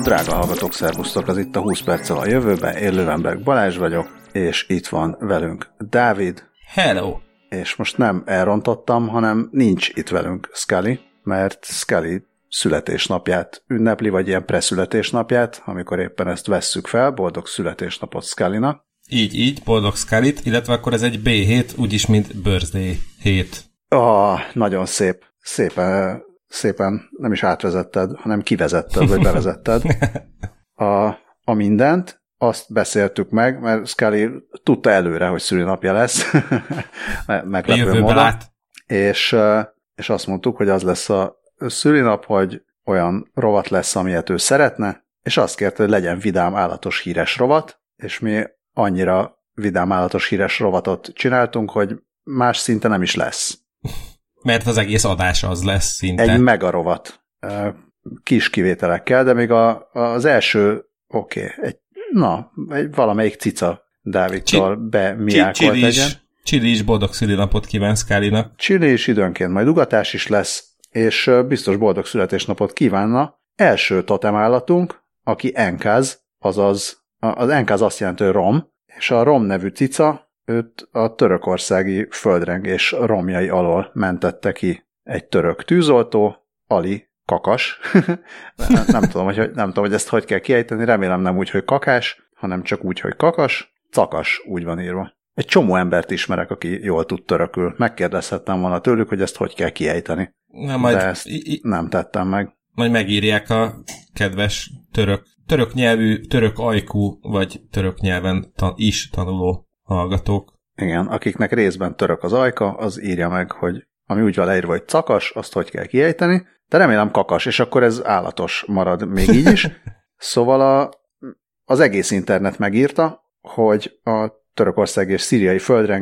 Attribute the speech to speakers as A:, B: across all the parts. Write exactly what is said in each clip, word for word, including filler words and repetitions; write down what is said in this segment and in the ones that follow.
A: Drága hallgatók, szervusztok! Az itt a húsz perccel a jövőben. Én Lövenberg Balázs vagyok, és itt van velünk Dávid.
B: Hello!
A: És most nem elrontottam, hanem nincs itt velünk Scully, mert Scully születésnapját ünnepli, vagy ilyen preszületésnapját, amikor éppen ezt vesszük fel. Boldog születésnapot Scullynak.
B: Így, így, boldog Scullyt, illetve akkor ez egy bé hét, úgyis, mint birthday hét.
A: Ah, nagyon szép. Szépen, szépen nem is átvezetted, hanem kivezetted, vagy bevezetted a, a mindent. Azt beszéltük meg, mert Scully tudta előre, hogy szülinapja lesz. Meglepő módon. És, és azt mondtuk, hogy az lesz a szülinap, hogy olyan rovat lesz, amilyet ő szeretne, és azt kérte, hogy legyen vidám, állatos, híres rovat, és mi annyira vidám, állatos, híres rovatot csináltunk, hogy más szinte nem is lesz.
B: Mert az egész adás az lesz szinte.
A: Egy mega rovat. Kis kivételekkel, de még a, az első, oké, okay, egy, na, egy valamelyik cica Dávidtól bemiákolt egyen.
B: Csili is boldog szülinapot kíván Scullynak.
A: Csili is időnként majd ugatás is lesz, és biztos boldog születésnapot kívánna első totemállatunk, aki enkáz, azaz az enkáz azt jelenti, hogy rom, és a rom nevű cica őt a törökországi földrengés romjai alól mentette ki egy török tűzoltó, Ali Kakas. nem, nem, tudom, hogy, nem tudom, hogy ezt hogy kell kiejteni, remélem nem úgy, hogy kakás, hanem csak úgy, hogy kakas, cakas, úgy van írva. Egy csomó embert ismerek, aki jól tud törökül. Megkérdezhettem volna tőlük, hogy ezt hogy kell kiejteni.
B: Na, majd
A: de ezt i- nem tettem meg.
B: Majd megírják a kedves török, török nyelvű, török ajkú, vagy török nyelven ta- is tanuló hallgatók.
A: Igen, akiknek részben török az ajka, az írja meg, hogy ami úgy van leírva, hogy cakas, azt hogy kell kiejteni, de remélem kakas, és akkor ez állatos marad még így is. Szóval a, az egész internet megírta, hogy a törökország és szíriai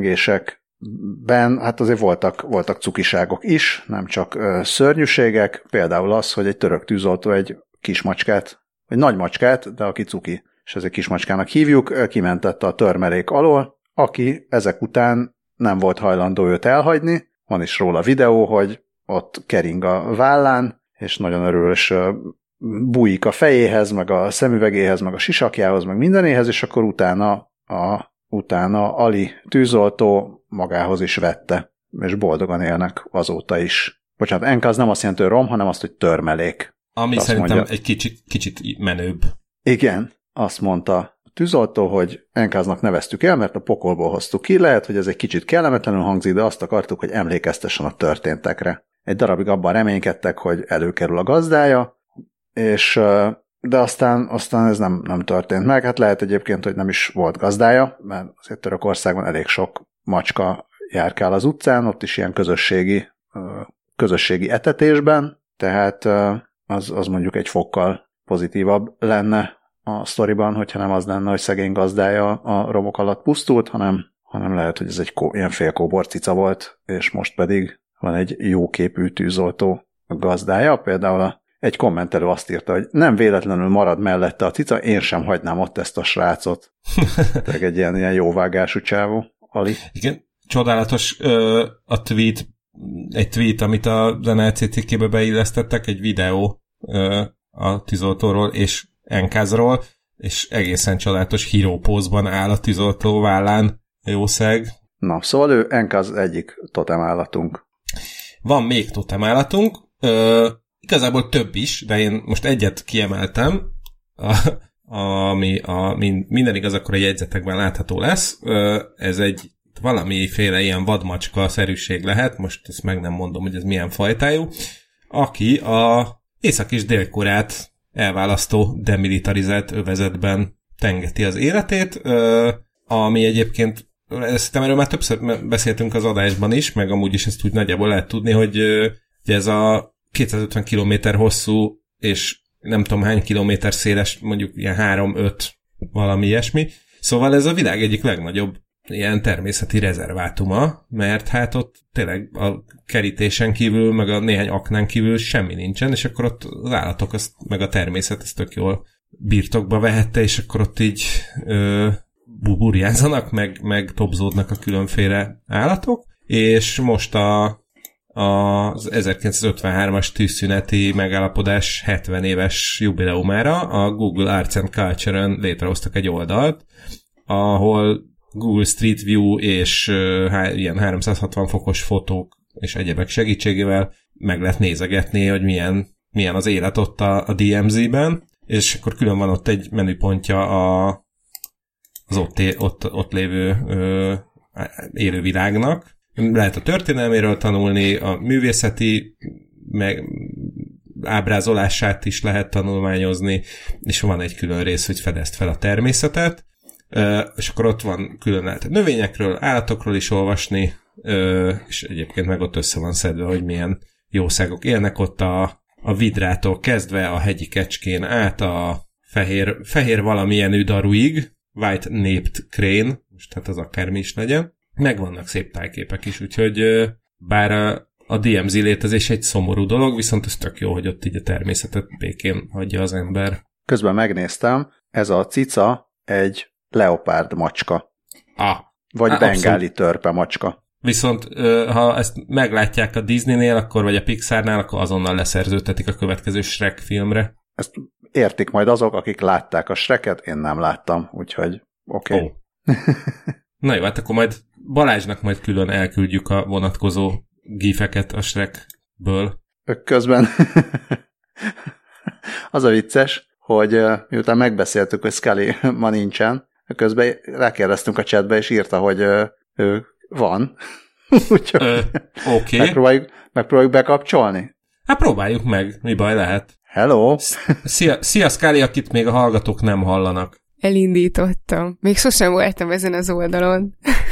A: földrengésekben hát azért voltak, voltak cukiságok is, nem csak ö, szörnyűségek, például az, hogy egy török tűzoltó egy kismacskát, egy nagy macskát, de aki cuki, és ezért kismacskának hívjuk, kimentette a törmelék alól, aki ezek után nem volt hajlandó őt elhagyni. Van is róla videó, hogy ott kering a vállán, és nagyon örül, és bújik a fejéhez, meg a szemüvegéhez, meg a sisakjához, meg mindenéhez, és akkor utána, a, utána Ali tűzoltó magához is vette, és boldogan élnek azóta is. Bocsánat, enka az nem azt jelenti, hogy rom, hanem azt, hogy törmelék.
B: Ami
A: azt
B: szerintem
A: mondja,
B: egy kicsit, kicsit menőbb.
A: Igen, azt mondta tűzoltó, hogy enkáznak neveztük el, mert a pokolból hoztuk ki. Lehet, hogy ez egy kicsit kellemetlenül hangzik, de azt akartuk, hogy emlékeztessen a történtekre. Egy darabig abban reménykedtek, hogy előkerül a gazdája, és, de aztán, aztán ez nem, nem történt meg. Hát lehet egyébként, hogy nem is volt gazdája, mert azért Törökországban elég sok macska járkál az utcán, ott is ilyen közösségi, közösségi etetésben, tehát az, az mondjuk egy fokkal pozitívabb lenne a sztoriban, hogyha nem az lenne, hogy szegény gazdája a romok alatt pusztult, hanem, hanem lehet, hogy ez egy kó, ilyen félkóbor cica volt, és most pedig van egy jóképű tűzoltó gazdája. Például a, egy kommentelő azt írta, hogy nem véletlenül marad mellette a cica, én sem hagynám ott ezt a srácot. Tehát egy ilyen, ilyen jóvágású csávó, Ali.
B: Igen, csodálatos ö, a tweet, egy tweet, amit a en el cé cikkébe beillesztettek, egy videó ö, a tűzoltóról, és enkázról, és egészen csodálatos hero pózban áll a tűzoltó vállán. Jószeg.
A: Na, szóval ő enkáz egyik totemállatunk.
B: Van még totemállatunk, ö, igazából több is, de én most egyet kiemeltem, a, ami a, minden igaz, akkor a jegyzetekben látható lesz. Ö, ez egy valamiféle ilyen vadmacska-szerűség lehet, most ezt meg nem mondom, hogy ez milyen fajtájú, aki a Észak- és Dél-Koreát elválasztó demilitarizált övezetben tengeti az életét, ami egyébként, szerintem erről már többször beszéltünk az adásban is, meg amúgy is ezt úgy nagyjából lehet tudni, hogy ez a kétszázötven kilométer hosszú, és nem tudom hány kilométer széles, mondjuk ilyen három-öt valami ilyesmi. Szóval ez a világ egyik legnagyobb ilyen természeti rezervátuma, mert hát ott tényleg a kerítésen kívül, meg a néhány aknán kívül semmi nincsen, és akkor ott az állatok, azt, meg a természet ezt tök jól birtokba vehette, és akkor ott így ö, burjánzanak, meg, meg tobzódnak a különféle állatok, és most a, az ezerkilencszázötvenhármas tűzszüneti megállapodás hetven éves jubileumára a Google Arts and Culture-ön létrehoztak egy oldalt, ahol Google Street View és uh, ilyen háromszázhatvan fokos fotók és egyebek segítségével meg lehet nézegetni, hogy milyen, milyen az élet ott a, a dé em zé-ben, és akkor külön van ott egy menüpontja a, az ott, ott, ott lévő ö, élővilágnak. Lehet a történelméről tanulni, a művészeti meg ábrázolását is lehet tanulmányozni, és van egy külön rész, hogy fedezd fel a természetet, ö, és akkor ott van külön lehet növényekről, állatokról is olvasni, ö, és egyébként meg ott össze van szedve, hogy milyen jószágok élnek ott a, a vidrától kezdve a hegyi kecskén át a fehér, fehér valamilyen üdaruig, white naped crane, most hát az akármi is legyen, meg vannak szép tájképek is, úgyhogy bár a, a dé em zé létezés egy szomorú dolog, viszont ez tök jó, hogy ott így a természetet békén hagyja az ember.
A: Közben megnéztem, ez a cica egy leopárd macska.
B: Ah,
A: vagy
B: á,
A: bengáli
B: abszolút.
A: törpe macska.
B: Viszont ha ezt meglátják a Disneynél, akkor vagy a Pixarnál, akkor azonnal leszerződtetik a következő Shrek filmre.
A: Ezt értik majd azok, akik látták a Shreket, én nem láttam, úgyhogy oké. Okay.
B: Oh. Na jó, hát akkor majd Balázsnak majd külön elküldjük a vonatkozó gifeket a Shrekből.
A: Közben az a vicces, hogy miután megbeszéltük, hogy Scully ma nincsen, közben rákérdeztünk a chatbe, és írta, hogy ő van. Úgyhogy
B: Ö, okay.
A: megpróbáljuk, megpróbáljuk bekapcsolni.
B: Hát próbáljuk meg, mi baj lehet.
A: Hello!
B: Szia, szia Scully, akit még a hallgatók nem hallanak.
C: Elindítottam. Még sosem voltam ezen az oldalon.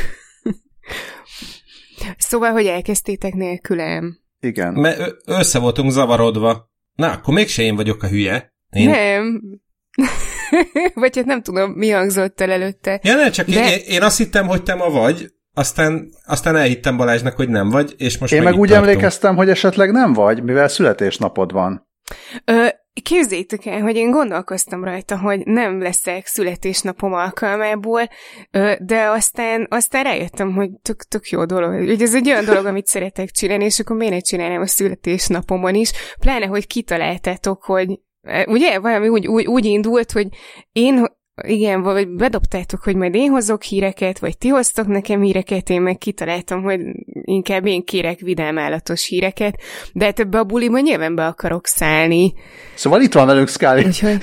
C: Szóval, hogy elkezdtétek nélkülem.
A: Igen.
B: Mert össze voltunk zavarodva. Na, akkor mégse én vagyok a hülye. Én...
C: Nem. Vagy hát nem tudom, mi hangzott el előtte.
B: Ja, ne, csak
C: De...
B: én, én azt hittem, hogy te ma vagy, aztán, aztán elhittem Balázsnak, hogy nem vagy, és most
A: Én
B: meg
A: meg úgy
B: tartunk.
A: emlékeztem, hogy esetleg nem vagy, mivel születésnapod van.
C: Ö, képzeljétek el, hogy én gondolkoztam rajta, hogy nem leszek születésnapom alkalmából, ö, de aztán, aztán rájöttem, hogy tök, tök jó dolog. Ugye ez egy olyan dolog, amit szeretek csinálni, és akkor miért ne csinálnám a születésnapomon is. Pláne, hogy kitaláltátok, hogy ugye valami úgy, úgy, úgy indult, hogy én, igen, vagy bedobtátok, hogy majd én hozok híreket, vagy ti hoztok nekem híreket, én meg kitaláltam, hogy inkább én kérek vidám állatos híreket, de hát ebbe a buliba nyilván be akarok szállni.
A: Szóval itt van velünk Scully.
C: Úgyhogy...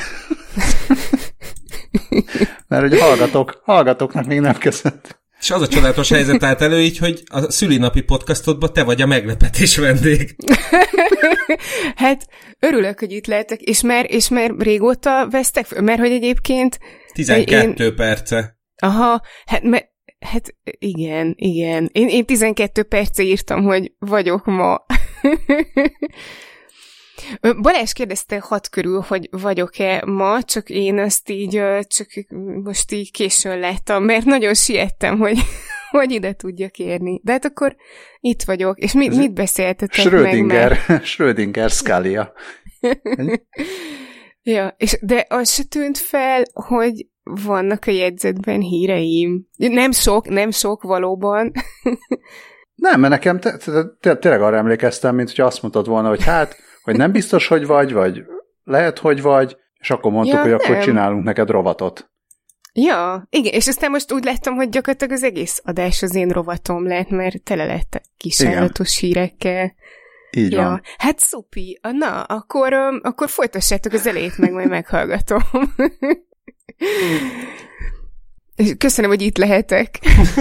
A: Mert hogy hallgatók, hallgatóknak még nem köszönt.
B: És az a csodálatos helyzet állt elő így, hogy a szülinapi podcastodban te vagy a meglepetés vendég.
C: Hát örülök, hogy itt lehetek, és már, és már régóta vesztek föl, mert hogy egyébként...
B: tizenkettő
C: én...
B: perce.
C: Aha, hát, mert, hát igen, igen. Én, én tizenkettő perce írtam, hogy vagyok ma. Balázs kérdezte hat körül, hogy vagyok-e ma, csak én azt így, csak most így későn láttam, mert nagyon siettem, hogy, hogy ide tudjak érni. De hát akkor itt vagyok, és mit, mit beszéltetek
A: Schrödinger,
C: meg már?
A: Schrödinger Scully-a.
C: Ja, és de az se tűnt fel, hogy vannak a jegyzetben híreim. Nem sok, nem sok valóban.
A: Nem, mert nekem te, te, te, tényleg arra emlékeztem, mint hogy azt mondtad volna, hogy hát, hogy nem biztos, hogy vagy, vagy lehet, hogy vagy, és akkor mondtuk,
C: ja,
A: hogy
C: nem.
A: akkor csinálunk neked rovatot.
C: Ja, igen, és aztán most úgy láttam, hogy gyakorlatilag az egész adás az én rovatom lett, mert tele lett kisállatos hírekkel.
A: Így
C: ja.
A: van.
C: Hát szupi, na, akkor, um, akkor folytassátok az elejét, meg majd meghallgatom. Köszönöm, hogy itt lehetek.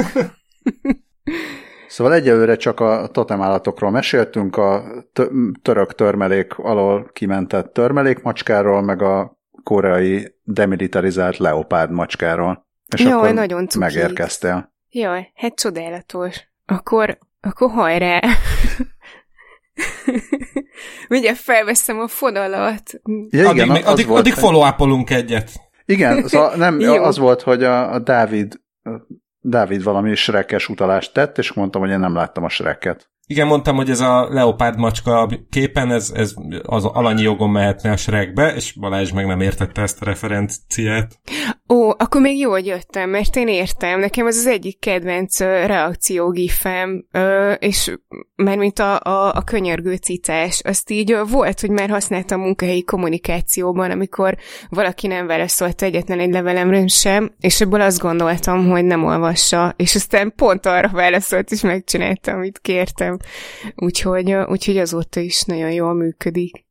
A: Szóval egyelőre csak a totemállatokról meséltünk, a török törmelék alól kimentett törmelékmacskáról, meg a koreai demilitarizált leopárd macskáról. És
C: Jaj,
A: akkor
C: nagyon cuki.
A: megérkeztél.
C: Jaj, hát csodálatos. Akkor, akkor hajrá! Mindjárt felveszem a fonalat.
A: Ja,
B: addig,
A: igen,
B: még, addig,
A: volt,
B: addig
A: hogy...
B: follow-upolunk egyet.
A: Igen, szóval nem, az volt, hogy a, a Dávid, Dávid valami Shrekes utalást tett, és mondtam, hogy én nem láttam a Shreket.
B: Igen, mondtam, hogy ez a leopárd macska képen, ez, ez az alanyi jogon mehetne a Shrekbe, és Balázs meg nem értette ezt a referenciát.
C: Ó, akkor még jól jöttem, mert én értem. Nekem ez az egyik kedvenc uh, reakciógifem, uh, és mert mint a, a, a könyörgő cicás, azt így uh, volt, hogy már használtam a munkahelyi kommunikációban, amikor valaki nem válaszolt egyetlen egy levelemről sem, és ebből azt gondoltam, hogy nem olvassa, és aztán pont arra válaszolt, és megcsináltam, amit kértem. Úgyhogy, uh, úgyhogy azóta is nagyon jól működik.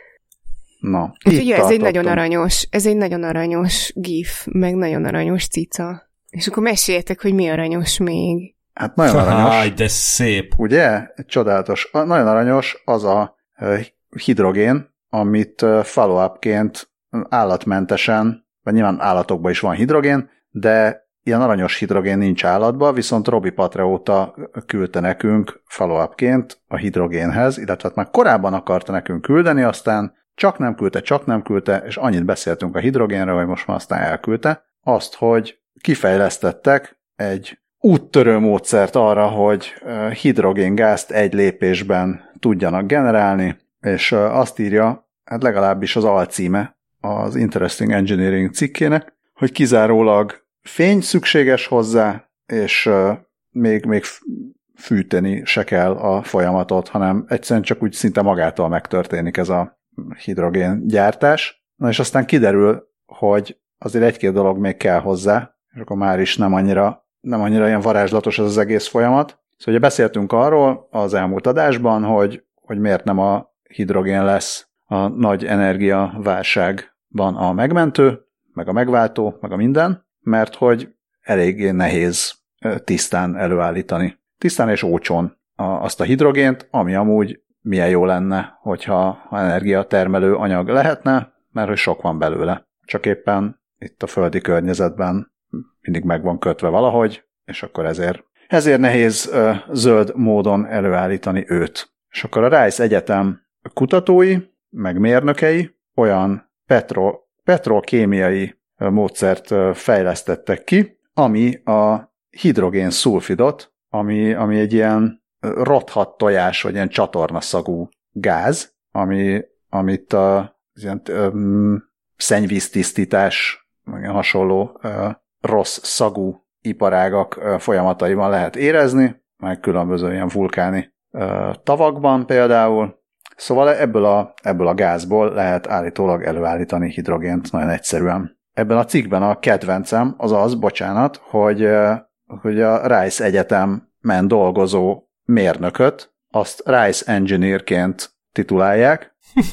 A: Na,
C: úgyhogy ez egy nagyon aranyos, ez egy nagyon aranyos gif, meg nagyon aranyos cica. És akkor meséljetek, hogy mi aranyos még.
A: Hát nagyon aranyos.
B: Háj, de szép.
A: Ugye? Csodálatos. Nagyon aranyos az a hidrogén, amit follow-upként állatmentesen, vagy nyilván állatokban is van hidrogén, de ilyen aranyos hidrogén nincs állatban, viszont Robi Patreóta küldte nekünk follow-upként a hidrogénhez, illetve már korábban akarta nekünk küldeni, aztán csak nem küldte, csak nem küldte, és annyit beszéltünk a hidrogénről, hogy most már aztán elküldte. Azt, hogy kifejlesztettek egy úttörő módszert arra, hogy hidrogéngázt egy lépésben tudjanak generálni, és azt írja, hát legalábbis az alcíme az Interesting Engineering cikkének, hogy kizárólag fény szükséges hozzá, és még, még fűteni se kell a folyamatot, hanem egyszerűen csak úgy szinte magától megtörténik ez a hidrogéngyártás. Na és aztán kiderül, hogy azért egy-két dolog még kell hozzá, és akkor már is nem annyira, nem annyira ilyen varázslatos ez az egész folyamat. Szóval ugye beszéltünk arról az elmúlt adásban, hogy, hogy miért nem a hidrogén lesz a nagy energiaválságban a megmentő, meg a megváltó, meg a minden, mert hogy eléggé nehéz tisztán előállítani. Tisztán és olcsón azt a hidrogént, ami amúgy milyen jó lenne, hogyha energiatermelő anyag lehetne, mert hogy sok van belőle. Csak éppen itt a földi környezetben mindig meg van kötve valahogy, és akkor ezért, ezért nehéz ö, zöld módon előállítani őt. És akkor a Rice Egyetem kutatói, meg mérnökei olyan petro, petrokémiai módszert fejlesztettek ki, ami a hidrogén szulfidot, ami, ami egy ilyen rothadt tojás, vagy ilyen csatornaszagú gáz, ami, amit a ilyen, ö, szennyvíztisztítás, meg hasonló ö, rossz szagú iparágak ö, folyamataiban lehet érezni, meg különböző ilyen vulkáni ö, tavakban például. Szóval ebből a, ebből a gázból lehet állítólag előállítani hidrogént nagyon egyszerűen. Ebben a cikkben a kedvencem az az, bocsánat, hogy, ö, hogy a Rice Egyetemen dolgozó mérnököt, azt Rice Engineerként titulálják.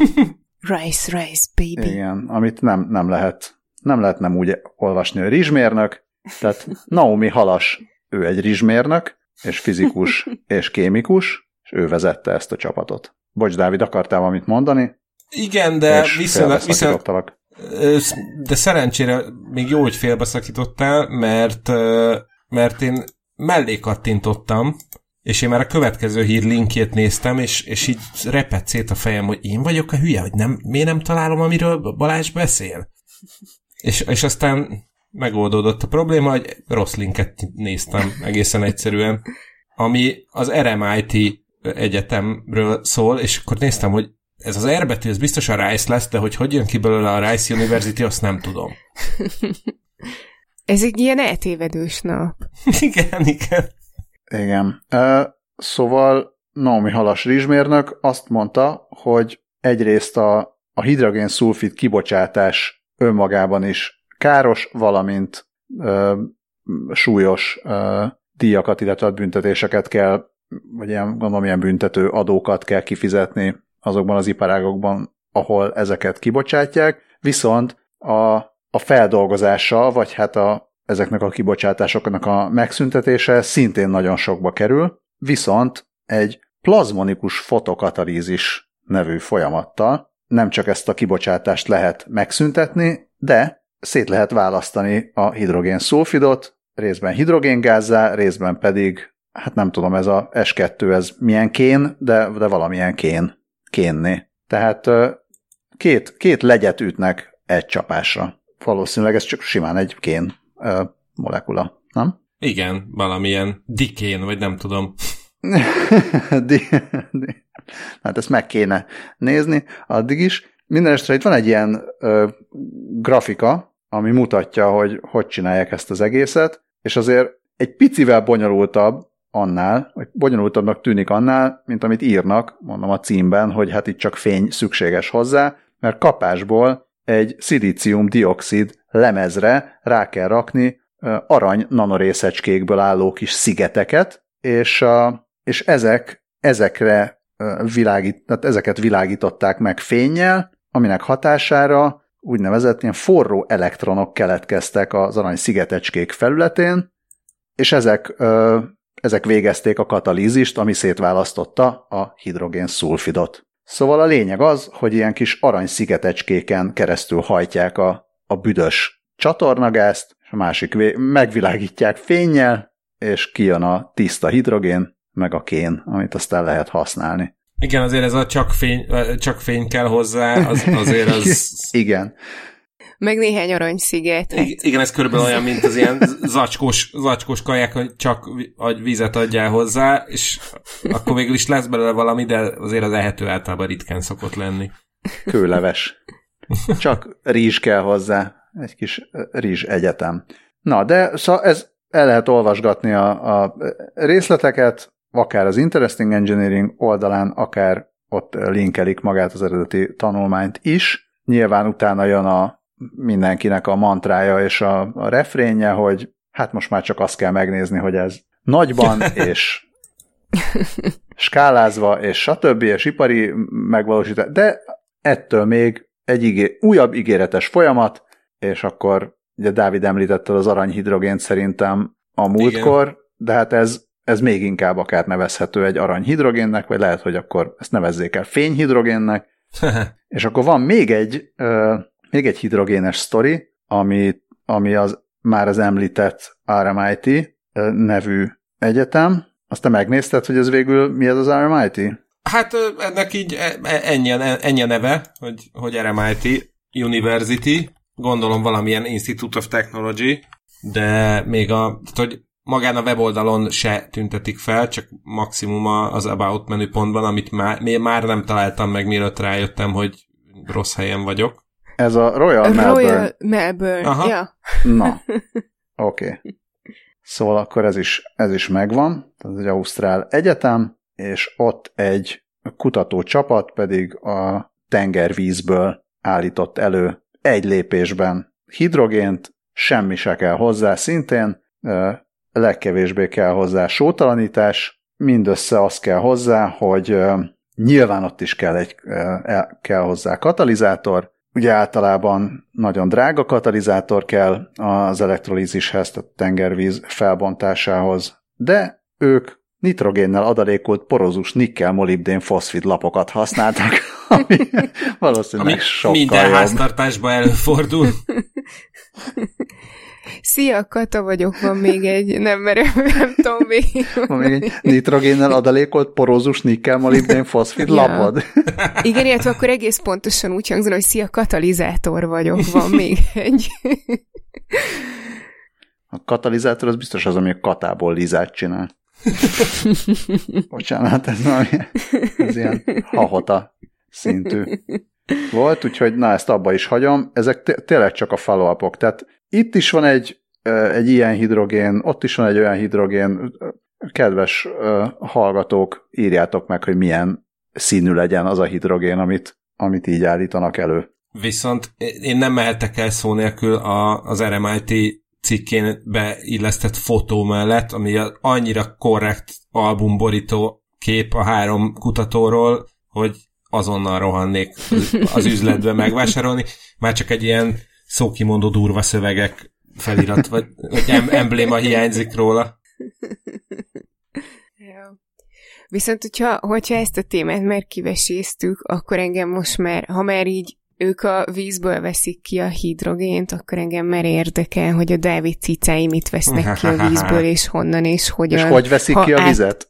C: Rice, Rice, baby.
A: Igen, amit nem, nem lehet nem lehet nem úgy olvasni, hogy rizsmérnök, tehát Naomi Halas, ő egy rizsmérnök, és fizikus, és kémikus, és ő vezette ezt a csapatot. Bocs, Dávid, akartál valamit mondani?
B: Igen, de viszont, viszont de szerencsére még jó, hogy félbeszakítottál, mert, mert én mellé kattintottam, és én már a következő hír linkjét néztem, és, és így repett szét a fejem, hogy én vagyok a hülye, hogy nem, miért nem találom, amiről Balázs beszél? És, és aztán megoldódott a probléma, hogy rossz linket néztem egészen egyszerűen, ami az er em i té egyetemről szól, és akkor néztem, hogy ez az R betű, ez biztos a Rice lesz, de hogy hogy jön ki belőle a Rice University, azt nem tudom.
C: Ez egy ilyen eltévedős nap.
B: Igen, igen.
A: Igen. Uh, szóval Naomi Halas rizsmérnök azt mondta, hogy egyrészt a, a hidrogén-szulfid kibocsátás önmagában is káros, valamint uh, súlyos uh, díjakat, illetve büntetéseket kell, vagy ilyen, gondolom, ilyen büntető adókat kell kifizetni azokban az iparágokban, ahol ezeket kibocsátják, viszont a, a feldolgozása, vagy hát a, ezeknek a kibocsátásoknak a megszüntetése szintén nagyon sokba kerül, viszont egy plazmonikus fotokatalízis nevű folyamattal nem csak ezt a kibocsátást lehet megszüntetni, de szét lehet választani a hidrogén-szulfidot, részben hidrogéngázzá, részben pedig, hát nem tudom, ez a es kettő, ez milyen kén, de, de valamilyen kén, kénné. Tehát két, két legyet ütnek egy csapásra. Valószínűleg ez csak simán egy kén molekula, nem?
B: Igen, valamilyen dikén, vagy nem tudom.
A: Hát ezt meg kéne nézni addig is. Mindenesetre itt van egy ilyen ö, grafika, ami mutatja, hogy hogy csinálják ezt az egészet, és azért egy picivel bonyolultabb annál, vagy bonyolultabbnak tűnik annál, mint amit írnak, mondom a címben, hogy hát itt csak fény szükséges hozzá, mert kapásból egy szilícium-dioxid lemezre rá kell rakni arany nanorészecskékből álló kis szigeteket, és, és ezek, ezekre világít, tehát ezeket világították meg fénnyel, aminek hatására úgynevezett ilyen forró elektronok keletkeztek az arany szigetecskék felületén, és ezek, ezek végezték a katalízist, ami szétválasztotta a hidrogén-szulfidot. Szóval a lényeg az, hogy ilyen kis arany szigetecskéken keresztül hajtják a, a büdös csatornagázt, és a másik vég, megvilágítják fénnyel, és kijön a tiszta hidrogén, meg a kén, amit aztán lehet használni.
B: Igen, azért ez a csak fény, csak fény kell hozzá, az, azért az...
A: Igen.
C: Meg néhány aranysziget.
B: Igen, ez körülbelül olyan, mint az ilyen zacskós, zacskós kaják, hogy csak vizet adjál hozzá, és akkor végül is lesz belőle valami, de azért az ehető általában ritkán szokott lenni.
A: Kőleves. Csak rizs kell hozzá. Egy kis rizs egyetem. Na, de szóval ez el lehet olvasgatni a, a részleteket, akár az Interesting Engineering oldalán, akár ott linkelik magát az eredeti tanulmányt is. Nyilván utána jön a mindenkinek a mantrája és a, a refrénje, hogy hát most már csak azt kell megnézni, hogy ez nagyban és skálázva, és stb. És ipari megvalósítás, de ettől még egy igé- újabb ígéretes folyamat, és akkor ugye Dávid említette az aranyhidrogént szerintem a múltkor, igen. De hát ez, ez még inkább akár nevezhető egy aranyhidrogénnek, vagy lehet, hogy akkor ezt nevezzék el fényhidrogénnek, és akkor van még egy uh, még egy hidrogénes sztori, ami, ami az már az említett er em i té uh, nevű egyetem. Azt te megnézted, hogy ez végül mi ez az er em i té?
B: Hát ennek így ennyi, ennyi a neve, hogy, hogy er em i té University, gondolom valamilyen Institute of Technology, de még a, hogy magán a weboldalon se tüntetik fel, csak maximum az About menüpontban, amit már, már nem találtam meg, mielőtt rájöttem, hogy rossz helyen vagyok.
A: Ez a Royal Melbourne.
C: Royal Melbourne,
B: Aha.
C: ja.
A: Na, oké. Okay. Szóval akkor ez is, ez is megvan, ez egy ausztrál egyetem, és ott egy kutatócsapat pedig a tengervízből állított elő egy lépésben hidrogént, semmi se kell hozzá szintén, legkevésbé kell hozzá sótalanítás, mindössze az kell hozzá, hogy nyilván ott is kell, egy, kell hozzá katalizátor, ugye általában nagyon drága katalizátor kell az elektrolízishez, tehát tengervíz felbontásához, de ők nitrogénnel adalékolt porózus nikkel-molibdén foszfid lapokat használtak, ami valószínűleg ami sokkal
B: minden
A: jobb.
B: háztartásban előfordul.
C: Szia, Kata vagyok, van még egy, nem merem, nem tudom még.
A: Van még egy nitrogénnel adalékolt porózus nikkel-molibdén foszfid ja. lapod.
C: Igen, illetve akkor egész pontosan úgy hangzol, hogy szia, katalizátor vagyok, van még egy.
A: A katalizátor az biztos az, ami a katából lizát csinál. Bocsánat, ez valami, ez ilyen hahota szintű volt, úgyhogy na, ezt abba is hagyom. Ezek t- tényleg csak a follow-upok. Tehát itt is van egy, egy ilyen hidrogén, ott is van egy olyan hidrogén. Kedves hallgatók, írjátok meg, hogy milyen színű legyen az a hidrogén, amit, amit így állítanak elő.
B: Viszont én nem mehetek el szó nélkül a, az er em i té cikkén beillesztett fotó mellett, ami annyira korrekt albumborító kép a három kutatóról, hogy azonnal rohannék az üzletbe megvásárolni. Már csak egy ilyen szókimondó durva szövegek felirat, vagy, vagy embléma hiányzik róla.
C: Ja. Viszont, hogyha, hogyha ezt a témát már kiveséztük, akkor engem most már, ha már így ők a vízből veszik ki a hidrogént, akkor engem már érdekel, hogy a Dávid cicái mit vesznek ki a vízből, és honnan, és hogyan.
A: És hogy veszik ki a át... vizet?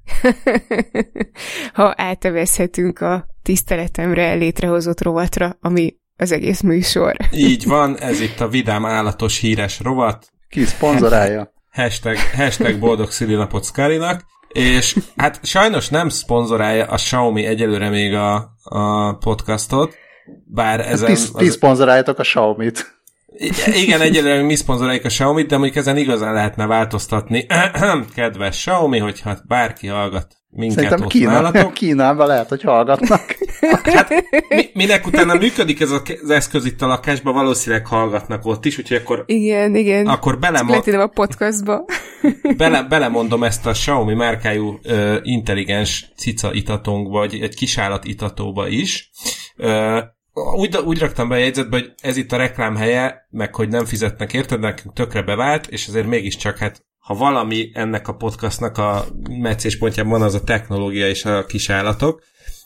C: Ha átevezhetünk a tiszteletemre létrehozott rovatra, ami az egész műsor.
B: Így van, ez itt a vidám állatos híres rovat.
A: Ki szponzorálja?
B: Hashtag, hashtag boldog szülinapot Szkálinak. És hát sajnos nem szponzorálja a Xiaomi egyelőre még a, a podcastot, bár ezen...
A: Ti, ti az... szponzoráljátok a Xiaomit.
B: Igen, egyelőre mi szponzoráljuk a Xiaomit, de mondjuk ezen igazán lehetne változtatni. Kedves Xiaomi, hogyha bárki hallgat minket
A: Szerintem
B: ott
A: Kína,
B: nálatok.
A: Kínában lehet, hogy hallgatnak.
B: Hát mi, minek utána működik ez az eszköz itt a lakásban, valószínűleg hallgatnak ott is, úgyhogy akkor...
C: Igen, igen.
B: Akkor belemo-
C: a podcastba.
B: bele, belemondom ezt a Xiaomi márkájú uh, intelligens cica itatónkba, vagy egy kisállat itatóba is. Uh, úgy, úgy raktam be a jegyzetbe, hogy ez itt a reklám helye, meg hogy nem fizetnek érted, nekünk tökre bevált, és azért mégiscsak hát ha valami ennek a podcastnak a meccéspontjában van, az a technológia és a kisállatok.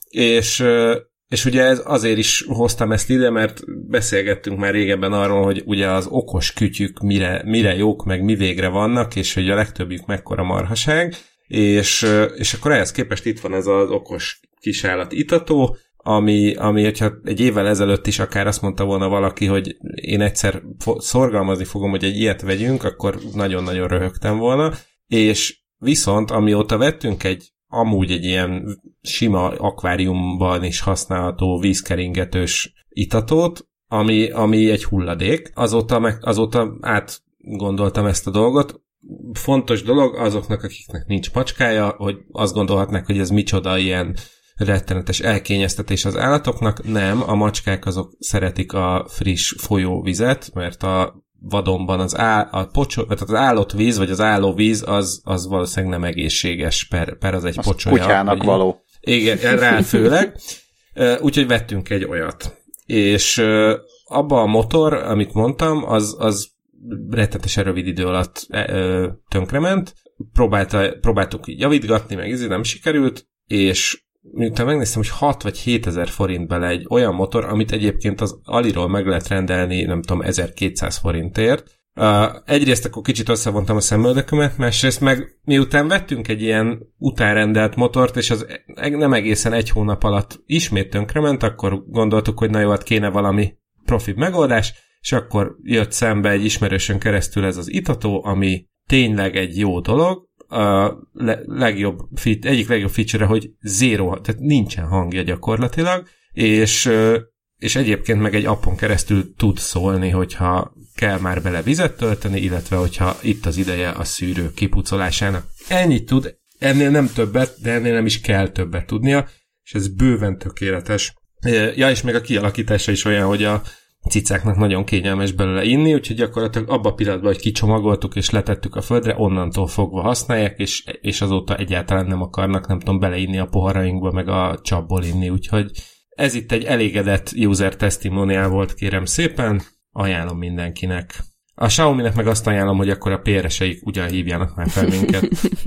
B: És, és ugye ez azért is hoztam ezt ide, mert beszélgettünk már régebben arról, hogy ugye az okos kütyük mire, mire jók, meg mi végre vannak, és hogy a legtöbbjük mekkora marhaság, és, és akkor ehhez képest itt van ez az okos kisállat itató, ami, ami, hogyha egy évvel ezelőtt is akár azt mondta volna valaki, hogy én egyszer fo- szorgalmazni fogom, hogy egy ilyet vegyünk, akkor nagyon-nagyon röhögtem volna, és viszont amióta vettünk egy amúgy egy ilyen sima akváriumban is használható vízkeringetős itatót, ami, ami egy hulladék, azóta, meg, azóta átgondoltam ezt a dolgot. Fontos dolog azoknak, akiknek nincs macskája, hogy azt gondolhatnak, hogy ez micsoda ilyen rettenetes elkényeztetés az állatoknak. Nem, a macskák azok szeretik a friss folyóvizet, mert a vadonban az, á, a pocsol, tehát az állott víz, vagy az állóvíz, az, az valószínűleg nem egészséges, per, per az egy az pocsolya.
A: Kutyának vagy, való.
B: Igen, rá főleg. Úgyhogy vettünk egy olyat. És abba a motor, amit mondtam, az, az rettenetesen rövid idő alatt tönkrement. Próbálta, próbáltuk így javítgatni, meg ez nem sikerült, és miután megnéztem, hogy hat vagy hétezer forint bele egy olyan motor, amit egyébként az Aliról meg lehet rendelni, nem tudom, ezerkétszáz forintért. Uh, egyrészt akkor kicsit összevontam a szemöldökömet, másrészt meg miután vettünk egy ilyen utánrendelt motort, és az nem egészen egy hónap alatt ismét tönkrement, akkor gondoltuk, hogy na jó, hát kéne valami profi megoldás, és akkor jött szembe egy ismerősön keresztül ez az itató, ami tényleg egy jó dolog. A legjobb fit, egyik legjobb feature, hogy zero, tehát nincsen hangja gyakorlatilag, és, és egyébként meg egy appon keresztül tud szólni, hogyha kell már bele vizet tölteni, illetve hogyha itt az ideje a szűrő kipucolásának. Ennyit tud, ennél nem többet, de ennél nem is kell többet tudnia, és ez bőven tökéletes. Ja, és meg a kialakítása is olyan, hogy a cicáknak nagyon kényelmes belőle inni, úgyhogy gyakorlatilag abban a pillanatban, hogy kicsomagoltuk és letettük a földre, onnantól fogva használják, és, és azóta egyáltalán nem akarnak, nem tudom, beleinni a poharainkba, meg a csapból inni, úgyhogy ez itt egy elégedett user testimonial volt, kérem szépen, ajánlom mindenkinek. A Xiaomi-nek meg azt ajánlom, hogy akkor a pé er eseik ugyan hívjanak már fel minket.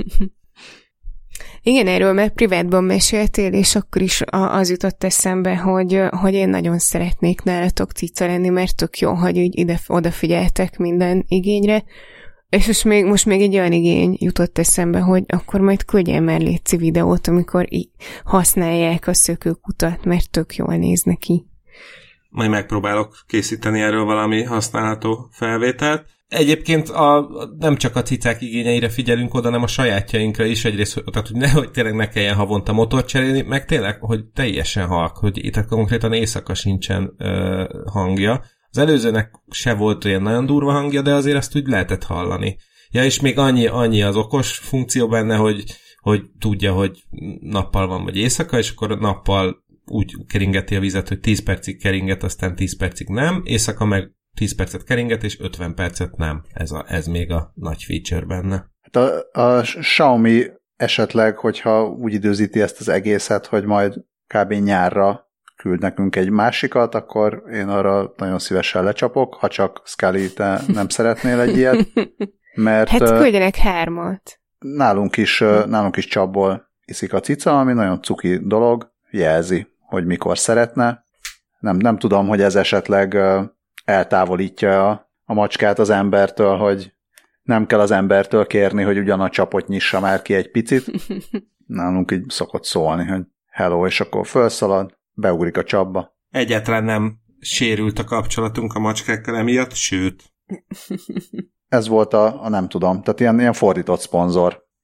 C: Igen, erről már privátban meséltél, és akkor is az jutott eszembe, hogy, hogy én nagyon szeretnék nálatok cica lenni, mert tök jó, hogy így ide, odafigyeltek minden igényre, és most még, most még egy olyan igény jutott eszembe, hogy akkor majd küldjen már létszi videót, amikor így használják a szökőkutat, mert tök jól néz neki.
B: Majd megpróbálok készíteni erről valami használható felvételt. Egyébként a, nem csak a cicák igényeire figyelünk oda, hanem a sajátjainkra is egyrészt, tehát hogy nehogy tényleg ne kelljen havonta motort cserélni, meg tényleg, hogy teljesen halk, hogy itt konkrétan éjszaka sincsen ö, hangja. Az előzőnek se volt olyan nagyon durva hangja, de azért azt úgy lehetett hallani. Ja, és még annyi, annyi az okos funkció benne, hogy, hogy tudja, hogy nappal van vagy éjszaka, és akkor nappal úgy keringeti a vizet, hogy tíz percig keringet, aztán tíz percig nem, éjszaka meg tíz percet keringet, és ötven percet nem. Ez, a, ez még a nagy feature benne.
A: Hát a, a Xiaomi esetleg, hogyha úgy időzíti ezt az egészet, hogy majd kb. Nyárra küld nekünk egy másikat, akkor én arra nagyon szívesen lecsapok, ha csak Scully, te nem szeretnél egy ilyet. Mert
C: hát küldjenek hármat.
A: Nálunk is, nálunk is csapból iszik a cica, ami nagyon cuki dolog, jelzi, hogy mikor szeretne. Nem, nem tudom, hogy ez esetleg eltávolítja a, a macskát az embertől, hogy nem kell az embertől kérni, hogy ugyan a csapot nyissa már ki egy picit. Nálunk így szokott szólni, hogy hello, és akkor felszalad, beugrik a csapba.
B: Egyáltalán nem sérült a kapcsolatunk a macskákkal emiatt, sőt.
A: Ez volt a, a nem tudom, tehát ilyen, ilyen fordított szponzor.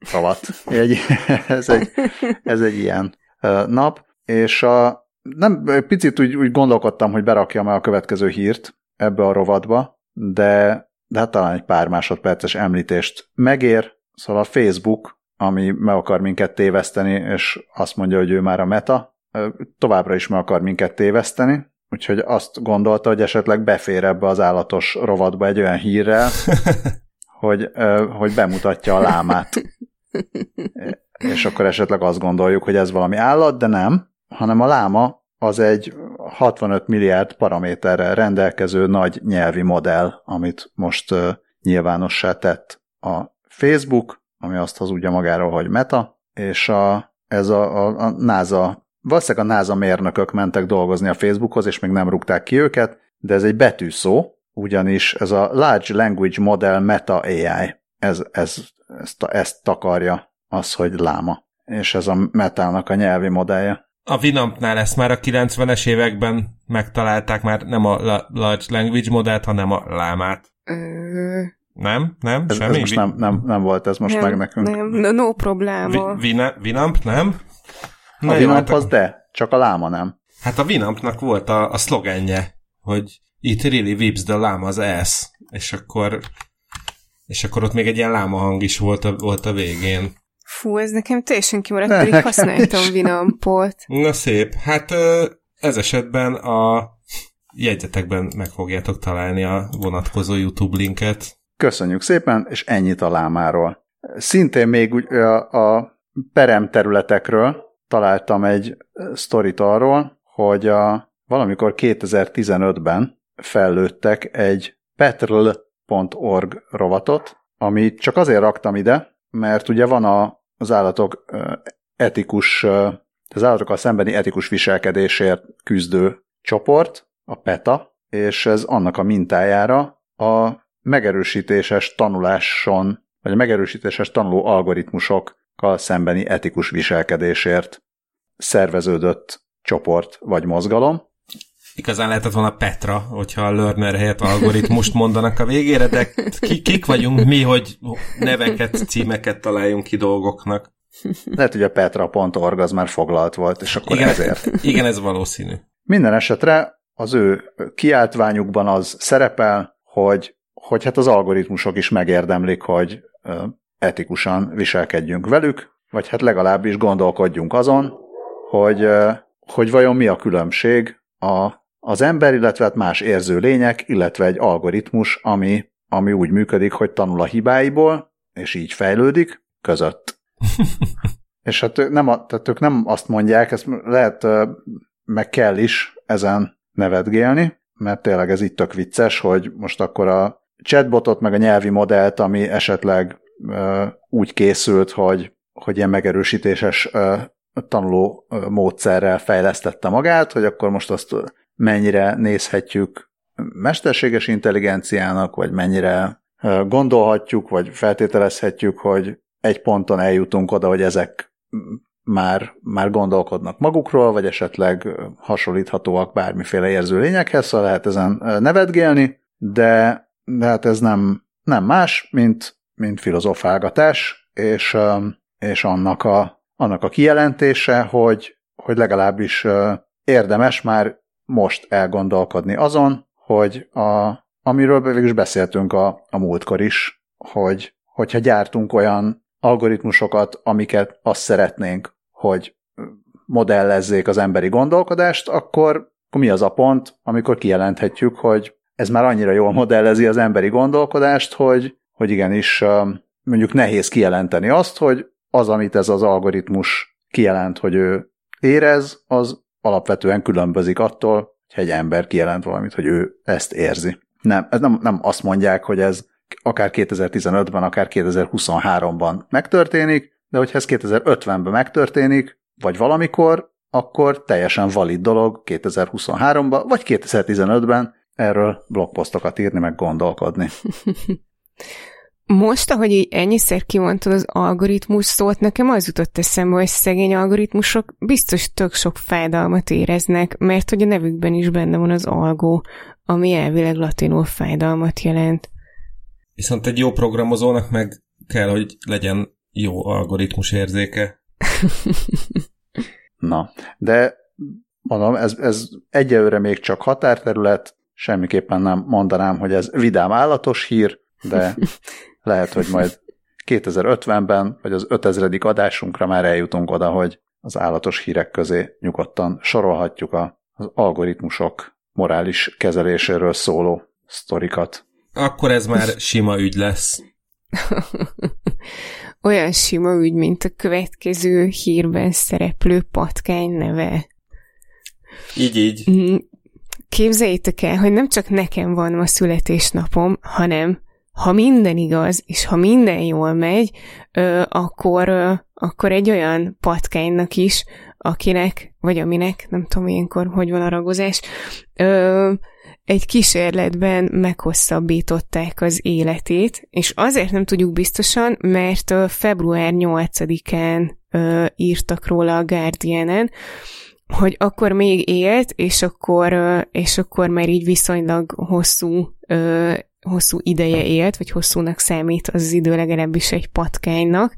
A: rovat. Egy, ez, egy, ez egy ilyen nap, és a, nem, picit úgy, úgy gondolkodtam, hogy berakjam el a következő hírt ebbe a rovatba, de, de hát talán egy pár másodperces említést megér. Szóval a Facebook, ami meg akar minket téveszteni, és azt mondja, hogy ő már a Meta, továbbra is meg akar minket téveszteni, úgyhogy azt gondolta, hogy esetleg befér ebbe az állatos rovatba egy olyan hírrel, hogy, hogy bemutatja a lámát. És akkor esetleg azt gondoljuk, hogy ez valami állat, de nem, hanem a láma az egy hatvanöt milliárd paraméterrel rendelkező nagy nyelvi modell, amit most nyilvánossá tett a Facebook, ami azt hazudja magáról, hogy Meta, és a, ez a, a, a NASA, valószínűleg a NASA mérnökök mentek dolgozni a Facebookhoz, és még nem rúgták ki őket, de ez egy betűszó, ugyanis ez a Large Language Model Meta á i, ez, ez, ezt, ezt takarja az, hogy láma, és ez a Metának a nyelvi modellje.
B: A Winampnál ezt már a kilencvenes években megtalálták, már nem a Large Language Modellt, hanem a lámát.
C: Ö...
B: Nem? Nem?
A: Ez,
B: Semmi?
A: ez most nem, nem, nem volt ez most
C: nem,
A: meg nekünk.
C: Nem, no probléma.
B: Winamp, nem?
A: Na, a Winamp az de, csak a láma nem.
B: Hát a Winampnak volt a, a szlogenje, hogy it really whips the llama's ass, és akkor és akkor ott még egy ilyen láma hang is volt a, volt a végén.
C: Fú, ez nekem teljesen kimaradt, pedig használtam Winampot.
B: Na szép. Hát ez esetben a jegyzetekben meg fogjátok találni a vonatkozó YouTube linket.
A: Köszönjük szépen, és ennyit a lámáról. Szintén még úgy a, a perem területekről találtam egy sztorit arról, hogy a, valamikor kétezer-tizenötben fellőttek egy petrl pont org rovatot, amit csak azért raktam ide, mert ugye van a, az állatok etikus, az állatokkal szembeni etikus viselkedésért küzdő csoport, a PETA, és ez annak a mintájára a megerősítéses tanuláson, vagy a megerősítéses tanuló algoritmusokkal szembeni etikus viselkedésért szerveződött csoport vagy mozgalom.
B: Igazán lehetett volna Petra, hogyha a learner helyett algoritmust mondanak a végére, de kik vagyunk mi, hogy neveket, címeket találjunk ki dolgoknak.
A: Lehet, hogy a petra pont org az már foglalt volt, és akkor
B: igen,
A: ezért.
B: Igen, ez valószínű.
A: Minden esetre az ő kiáltványukban az szerepel, hogy, hogy hát az algoritmusok is megérdemlik, hogy etikusan viselkedjünk velük, vagy hát legalábbis gondolkodjunk azon, hogy, hogy vajon mi a különbség a, az ember, illetve hát más érző lények, illetve egy algoritmus, ami, ami úgy működik, hogy tanul a hibáiból, és így fejlődik, között. És hát nem, tehát ők nem azt mondják, ezt lehet, meg kell is ezen nevetgélni, mert tényleg ez itt tök vicces, hogy most akkor a chatbotot, meg a nyelvi modellt, ami esetleg uh, úgy készült, hogy, hogy ilyen megerősítéses uh, tanuló uh, módszerrel fejlesztette magát, hogy akkor most azt mennyire nézhetjük mesterséges intelligenciának, vagy mennyire uh, gondolhatjuk, vagy feltételezhetjük, hogy egy ponton eljutunk oda, hogy ezek már, már gondolkodnak magukról, vagy esetleg hasonlíthatóak bármiféle érző lényekhez, szóval lehet ezen nevetgélni, de, de hát ez nem, nem más, mint, mint filozofálgatás, és, és annak, a, annak a kijelentése, hogy, hogy legalábbis érdemes már most elgondolkodni azon, hogy a, amiről végül is beszéltünk a, a múltkor is, hogy hogyha gyártunk olyan algoritmusokat, amiket azt szeretnénk, hogy modellezzék az emberi gondolkodást, akkor, akkor mi az a pont, amikor kijelenthetjük, hogy ez már annyira jól modellezi az emberi gondolkodást, hogy, hogy igenis mondjuk nehéz kijelenteni azt, hogy az, amit ez az algoritmus kijelent, hogy ő érez, az alapvetően különbözik attól, hogy egy ember kijelent valamit, hogy ő ezt érzi. Nem, ez nem, nem azt mondják, hogy ez akár kétezer-tizenötben, akár kétezer-huszonháromban megtörténik, de hogyha ez kétezer-ötvenben megtörténik, vagy valamikor, akkor teljesen valid dolog kétezer-huszonháromban, vagy kétezer-tizenötben erről blogposztokat írni, meg gondolkodni.
C: Most, ahogy így ennyiszer kimondtad az algoritmus szót, nekem az jutott eszembe, hogy szegény algoritmusok biztos tök sok fájdalmat éreznek, mert hogy a nevükben is benne van az algó, ami elvileg latinul fájdalmat jelent.
B: Viszont egy jó programozónak meg kell, hogy legyen jó algoritmus érzéke.
A: Na, de mondom, ez, ez egyelőre még csak határterület, semmiképpen nem mondanám, hogy ez vidám állatos hír, de lehet, hogy majd kétezer-ötvenben, vagy az ötezredik adásunkra már eljutunk oda, hogy az állatos hírek közé nyugodtan sorolhatjuk az algoritmusok morális kezeléséről szóló sztorikat.
B: Akkor ez már sima ügy lesz.
C: Olyan sima ügy, mint a következő hírben szereplő patkány neve.
B: Így, így.
C: Képzeljétek el, hogy nem csak nekem van ma születésnapom, hanem ha minden igaz, és ha minden jól megy, ö, akkor, ö, akkor egy olyan patkánynak is, akinek, vagy aminek, nem tudom ilyenkor, hogy van a ragozás, ö, egy kísérletben meghosszabbították az életét, és azért nem tudjuk biztosan, mert ö, február nyolcadikán ö, írtak róla a Guardianen, hogy akkor még élt, és akkor, ö, és akkor már így viszonylag hosszú ö, hosszú ideje élt, vagy hosszúnak számít az, az idő legalábbis egy patkánynak,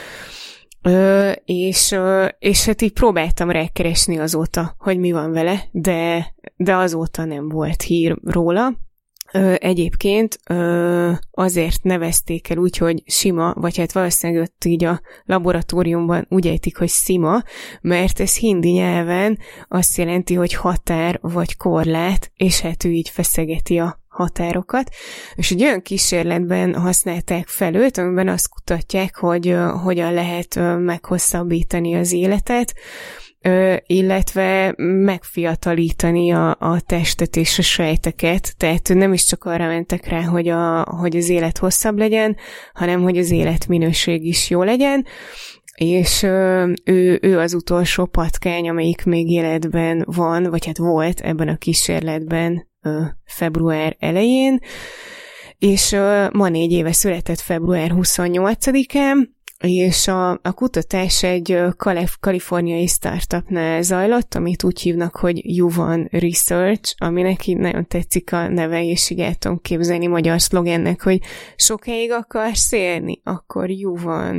C: ö, és, ö, és hát így próbáltam rákeresni azóta, hogy mi van vele, de, de azóta nem volt hír róla. Ö, egyébként ö, azért nevezték el úgy, hogy sima, vagy hát valószínűleg ott így a laboratóriumban úgy ejtik, hogy szima, mert ez hindi nyelven azt jelenti, hogy határ vagy korlát, és hát ő így feszegeti a határokat, és egy olyan kísérletben használták fel őt, amiben azt kutatják, hogy uh, hogyan lehet uh, meghosszabbítani az életet, uh, illetve megfiatalítani a, a testet és a sejteket, tehát nem is csak arra mentek rá, hogy, a, hogy az élet hosszabb legyen, hanem hogy az életminőség is jó legyen, és uh, ő, ő az utolsó patkány, amelyik még életben van, vagy hát volt ebben a kísérletben február elején, és uh, ma négy éve született február huszonnyolcadikán, és a, a kutatás egy uh, kalif- kaliforniai startupnál zajlott, amit úgy hívnak, hogy Juvan Research, aminek így nagyon tetszik a neve, és így el tudom képzelni magyar szlogennek, hogy sokáig akarsz élni, akkor Juvan.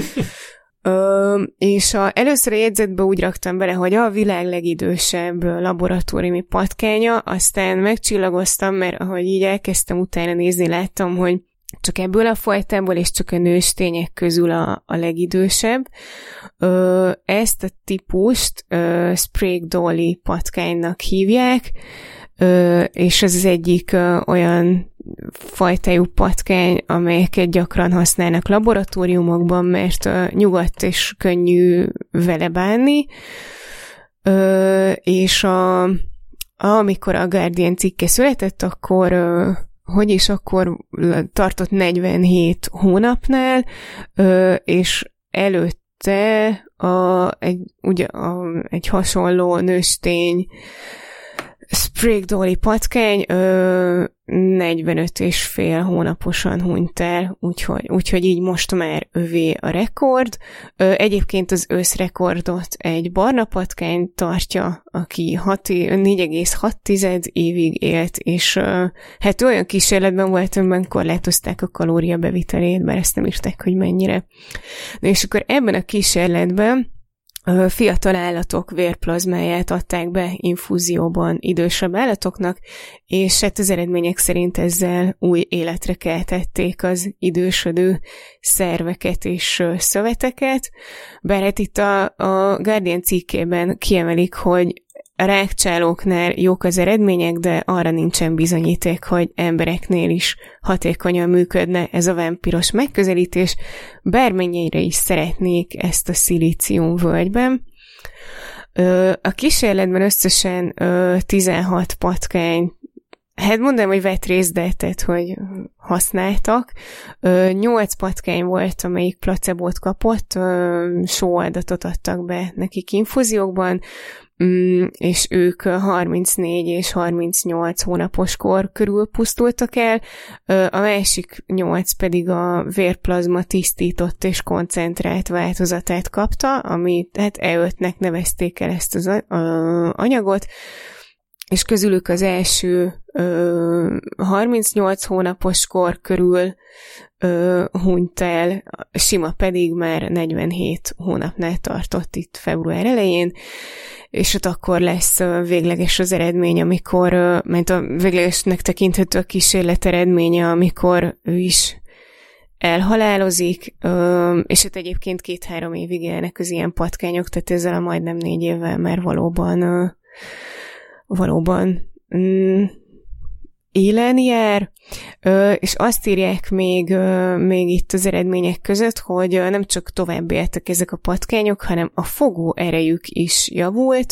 C: Ö, és a, először a jegyzetbe úgy raktam bele, hogy a világ legidősebb laboratóriumi patkánya, aztán megcsillagoztam, mert ahogy így elkezdtem utána nézni, láttam, hogy csak ebből a fajtából, és csak a nőstények közül a, a legidősebb. Ö, ezt a típust ö, Sprague Dawley patkánynak hívják, ö, és ez az egyik ö, olyan fajtájú patkány, amelyeket gyakran használnak laboratóriumokban, mert uh, nyugodt és könnyű vele bánni, uh, és a, amikor a Guardian cikke született, akkor uh, hogy is akkor tartott negyvenhét hónapnál, uh, és előtte a, egy, ugye, a, egy hasonló nőstény Sprague Dawley patkány ö, negyvenöt és fél hónaposan hunyt el, úgyhogy, úgyhogy így most már övé a rekord. Ö, egyébként az összrekordot egy barna patkány tartja, aki négy egész hat évig élt, és ö, hát olyan kísérletben volt, amiben korlátozták a kalóriabevitelét, bár ezt nem írták, hogy mennyire. Na és akkor ebben a kísérletben fiatal állatok vérplazmáját adták be infúzióban idősebb állatoknak, és hát az eredmények szerint ezzel új életre keltették az idősödő szerveket és szöveteket. Bár hát itt a, a Guardian cikkében kiemelik, hogy a rákcsálóknál jók az eredmények, de arra nincsen bizonyíték, hogy embereknél is hatékonyan működne ez a vámpiros megközelítés, bármennyire is szeretnék ezt a szilícium völgyben. A kísérletben összesen tizenhat patkány, hát mondanám, hogy vett részt, de tehát, hogy használtak. nyolc patkány volt, amelyik placebót kapott, sóadatot adtak be nekik infúziókban, és ők harmincnégy és harmincnyolc hónapos kor körül pusztultak el, a másik nyolc pedig a vérplazma tisztított és koncentrált változatát kapta, ami hát E ötnek nevezték el ezt az anyagot, és közülük az első ö, harmincnyolc hónapos kor körül ö, hunyt el, sima pedig már negyvenhét hónapnál tartott itt február elején, és ott akkor lesz végleges az eredmény, amikor, mert a véglegesnek tekinthető a kísérlet eredménye, amikor ő is elhalálozik, és hát egyébként két-három évig élnek az ilyen patkányok, tehát ezzel a majdnem négy évvel már valóban valóban élen jár, és azt írják még, még itt az eredmények között, hogy nem csak tovább éltek ezek a patkányok, hanem a fogó erejük is javult,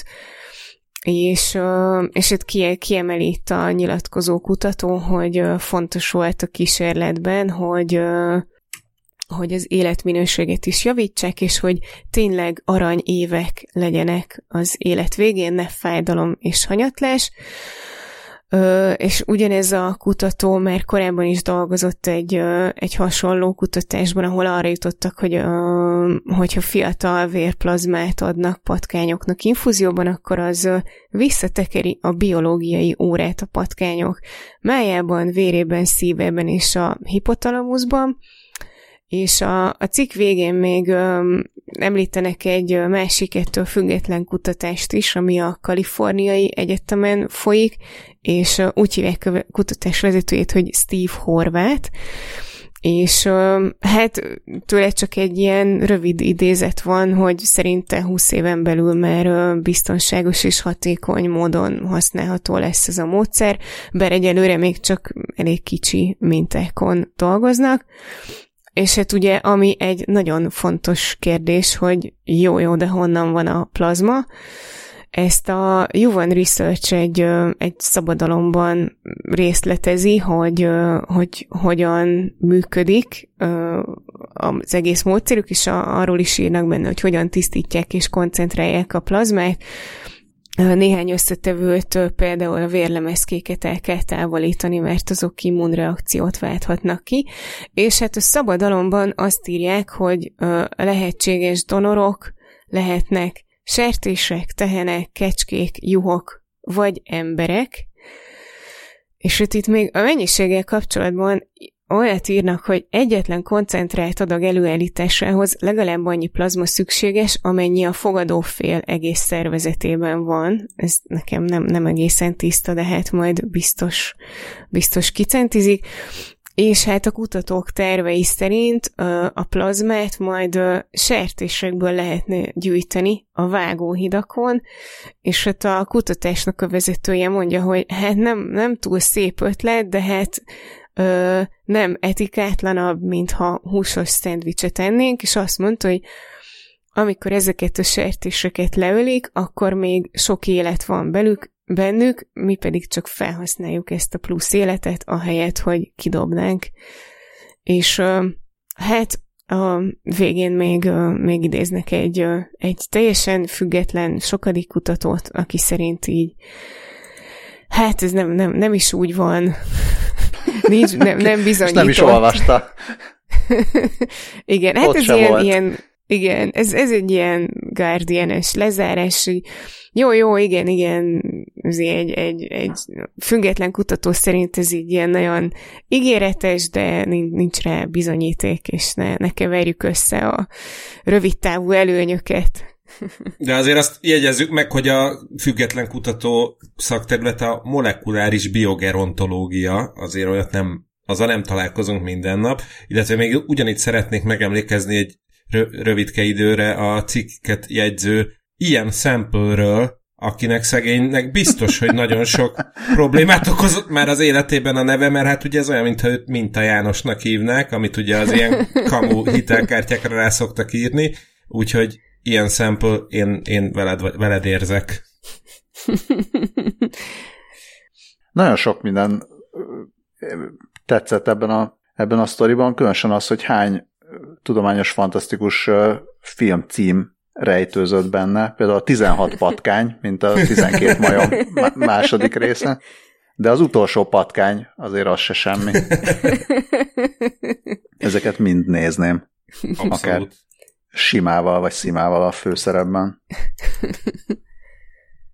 C: és, és itt kiemeli itt a nyilatkozó kutató, hogy fontos volt a kísérletben, hogy, hogy az életminőséget is javítsák, és hogy tényleg arany évek legyenek az élet végén, ne fájdalom és hanyatlás. Ö, és ugyanez a kutató már korábban is dolgozott egy, ö, egy hasonló kutatásban, ahol arra jutottak, hogy ö, hogyha fiatal vérplazmát adnak patkányoknak infúzióban, akkor az ö, visszatekeri a biológiai órát a patkányok májában, vérében, szívében és a hipotalamuszban, és a, a cikk végén még ö, említenek egy másik ettől független kutatást is, ami a Kaliforniai Egyetemen folyik, és ö, úgy hívják a kutatás vezetőjét, hogy Steve Horváth, és ö, hát tőle csak egy ilyen rövid idézet van, hogy szerinte húsz éven belül már ö, biztonságos és hatékony módon használható lesz ez a módszer, bár egyelőre még csak elég kicsi mintákon dolgoznak. És hát ugye, ami egy nagyon fontos kérdés, hogy jó-jó, de honnan van a plazma? Ezt a Juvan Research egy, egy szabadalomban részletezi, hogy, hogy hogyan működik az egész módszerük, és arról is írnak benne, hogy hogyan tisztítják és koncentrálják a plazmát. Néhány összetevőt, például a vérlemezkéket el kell távolítani, mert azok immunreakciót válthatnak ki, és hát a szabadalomban azt írják, hogy a lehetséges donorok lehetnek sertések, tehenek, kecskék, juhok vagy emberek, és itt még a mennyiséggel kapcsolatban olyat írnak, hogy egyetlen koncentrált adag előállításához legalább annyi plazma szükséges, amennyi a fogadó fél egész szervezetében van. Ez nekem nem, nem egészen tiszta, de hát majd biztos, biztos kicentizik. És hát a kutatók tervei szerint a plazmát majd sertésekből lehetne gyűjteni a vágóhidakon, és hát a kutatásnak a vezetője mondja, hogy hát nem, nem túl szép ötlet, de hát Ö, nem etikátlanabb, mintha húsos szendvicset ennénk, és azt mondta, hogy amikor ezeket a sertéseket leölik, akkor még sok élet van belük, bennük, mi pedig csak felhasználjuk ezt a plusz életet, ahelyett, hogy kidobnánk. És ö, hát a végén még, ö, még idéznek egy, ö, egy teljesen független sokadik kutatót, aki szerint így hát ez nem, nem, nem is úgy van. Nincs, nem, nem bizonyított.
A: Nem is olvasta.
C: Igen, hát ott ez ilyen, ilyen, igen, ez, ez egy ilyen Guardian-es lezárás, jó, jó, igen, igen, ez egy, egy, egy független kutató szerint ez így ilyen nagyon ígéretes, de nincs rá bizonyíték, és ne, ne keverjük össze a rövidtávú előnyöket.
B: De azért azt jegyezzük meg, hogy a független kutató szakterület a molekuláris biogerontológia, azért olyat nem, azzal nem találkozunk minden nap, illetve még ugyanígy szeretnék megemlékezni egy rövidke időre a cikket jegyző Ian Sample-ről, akinek szegénynek biztos, hogy nagyon sok problémát okozott már az életében a neve, mert hát ugye ez olyan, mintha őt Minta Jánosnak hívnák, amit ugye az ilyen kamu hitelkártyákra rá szoktak írni, úgyhogy ilyen Sample, én, én veled, veled érzek.
A: Nagyon sok minden tetszett ebben a, ebben a sztoriban, különösen az, hogy hány tudományos, fantasztikus filmcím rejtőzött benne. Például a tizenhat patkány, mint a tizenkét majom második része, de az utolsó patkány azért az se semmi. Ezeket mind nézném.
B: Abszolút.
A: Akár Simával vagy Szimával a főszerepben.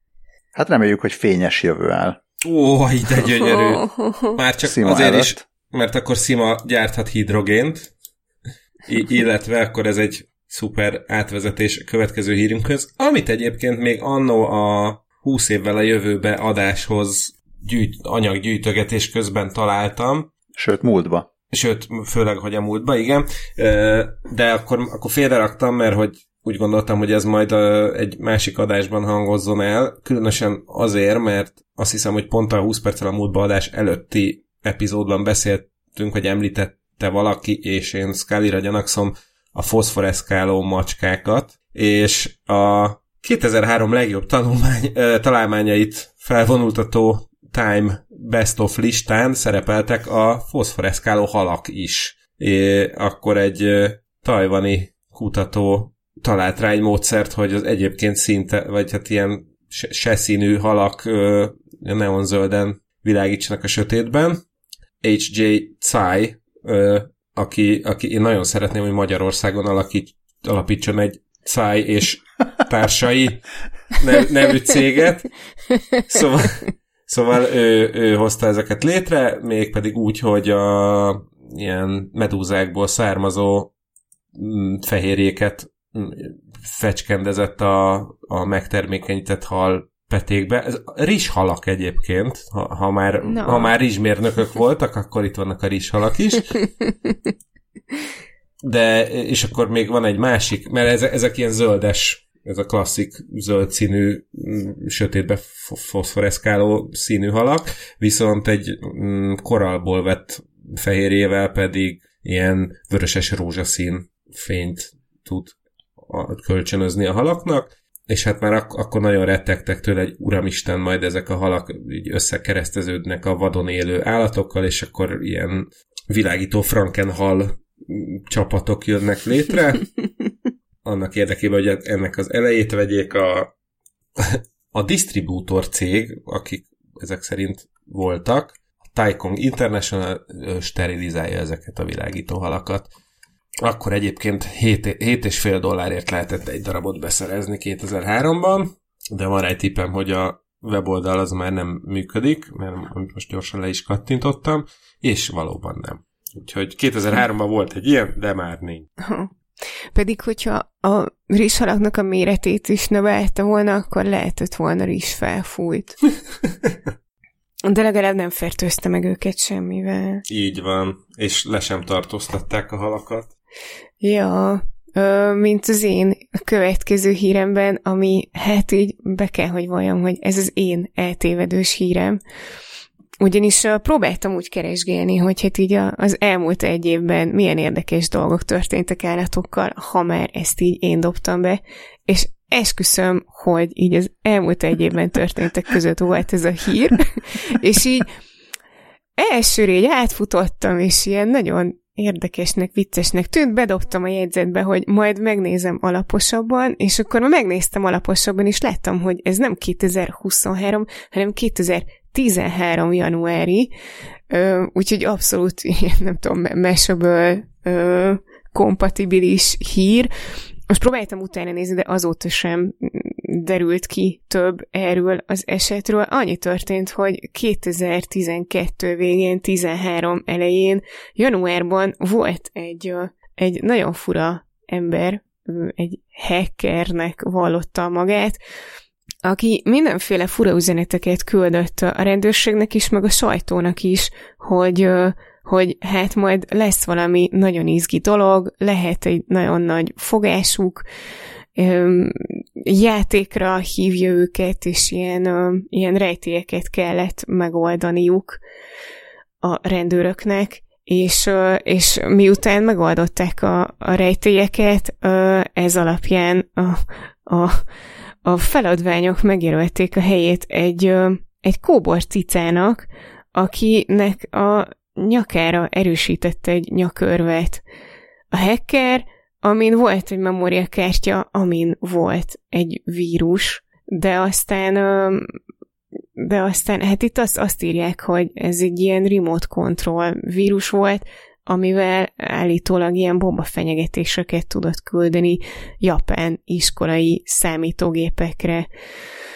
A: Hát reméljük, hogy fényes jövő áll.
B: Ó, ide gyönyörű. Már csak
A: Szima
B: azért
A: előtt.
B: is, mert akkor Sima gyárthat hidrogént, I- illetve akkor ez egy szuper átvezetés a következő hírünkhöz, amit egyébként még annó a húsz évvel a jövőbe adáshoz gyűjt, anyaggyűjtögetés közben találtam.
A: Sőt, múltba.
B: Sőt, főleg, hogy a múltba, igen. De akkor, akkor félreraktam, mert hogy úgy gondoltam, hogy ez majd egy másik adásban hangozzon el, különösen azért, mert azt hiszem, hogy pont a húsz perccel a múltba adás előtti epizódban beszéltünk, hogy említette valaki, és én Scullyra gyanakszom a foszforeszkáló macskákat, és a kétezer-három legjobb tanulmány, találmányait felvonultató Time Best of listán szerepeltek a foszforeszkáló halak is. É, akkor egy tajvani kutató talált rá egy módszert, hogy az egyébként szinte, vagy hát ilyen se színű halak neonzölden világítsanak a sötétben. há jé Tsai, aki, aki én nagyon szeretném, hogy Magyarországon alakít, alapítson egy Tsai és társai nevű céget. Szóval, szóval ő, ő hozta ezeket létre, mégpedig úgy, hogy a ilyen medúzákból származó fehérjéket fecskendezett a, a megtermékenyített hal petékbe. Ez rizshalak egyébként, ha, ha, már, no. ha már rizsmérnökök voltak, akkor itt vannak a rizshalak is. De, és akkor még van egy másik, mert ezek, ezek ilyen zöldes, ez a klasszik zöld színű, sötétbe foszforeszkáló színű halak, viszont egy korallból vett fehérjével pedig ilyen vöröses rózsaszín fényt tud kölcsönözni a halaknak, és hát már ak- akkor nagyon rettegtek tőle, hogy uramisten, majd ezek a halak így összekereszteződnek a vadon élő állatokkal, és akkor ilyen világító frankenhal csapatok jönnek létre. Annak érdekében, hogy ennek az elejét vegyék a, a disztribútor cég, akik ezek szerint voltak, a Taikong International sterilizálja ezeket a világító halakat. Akkor egyébként hét és fél dollárért lehetett egy darabot beszerezni kétezer-háromban, de van egy tippem, hogy a weboldal az már nem működik, mert most gyorsan le is kattintottam, és valóban nem. Úgyhogy kétezer-háromban volt egy ilyen, de már nincs.
C: Pedig, hogyha a rizshalaknak a méretét is növelte volna, akkor lehetett volna rizs felfújt. De legalább nem fertőzte meg őket semmivel.
B: Így van, és le sem tartóztatták a halakat.
C: Ja, ö, mint az én következő híremben, ami hát így be kell, hogy valljam, hogy ez az én eltévedős hírem. Ugyanis uh, próbáltam úgy keresgélni, hogy hát így a, az elmúlt egy évben milyen érdekes dolgok történtek állatokkal, ha már ezt így én dobtam be, és esküszöm, hogy így az elmúlt egy évben történtek között volt ez a hír, és így elsőre így átfutottam, és ilyen nagyon érdekesnek, viccesnek tűnt, bedobtam a jegyzetbe, hogy majd megnézem alaposabban, és akkor ma megnéztem alaposabban, és láttam, hogy ez nem kétezer-huszonhárom, hanem kétezer-tizenhárom januári, ö, úgyhogy abszolút, nem tudom, Mashable ö, kompatibilis hír. Most próbáltam utána nézni, de azóta sem derült ki több erről az esetről. Annyi történt, hogy kétezer-tizenkettő végén, tizenhárom elején, januárban volt egy, egy nagyon fura ember, egy hackernek vallotta magát, aki mindenféle fura üzeneteket küldött a rendőrségnek is, meg a sajtónak is, hogy, hogy hát majd lesz valami nagyon izgi dolog, lehet egy nagyon nagy fogásuk, játékra hívja őket, és ilyen, ilyen rejtélyeket kellett megoldaniuk a rendőröknek, és, és miután megoldották a, a rejtélyeket, ez alapján a, a, a feladványok megjelölték a helyét egy, egy kóbor cicának, akinek a nyakára erősítette egy nyakörvet. A hacker, amin volt egy memóriakártya, amin volt egy vírus, de aztán, de aztán hát itt azt, azt írják, hogy ez egy ilyen remote control vírus volt, amivel állítólag ilyen bombafenyegetéseket tudott küldeni japán iskolai számítógépekre.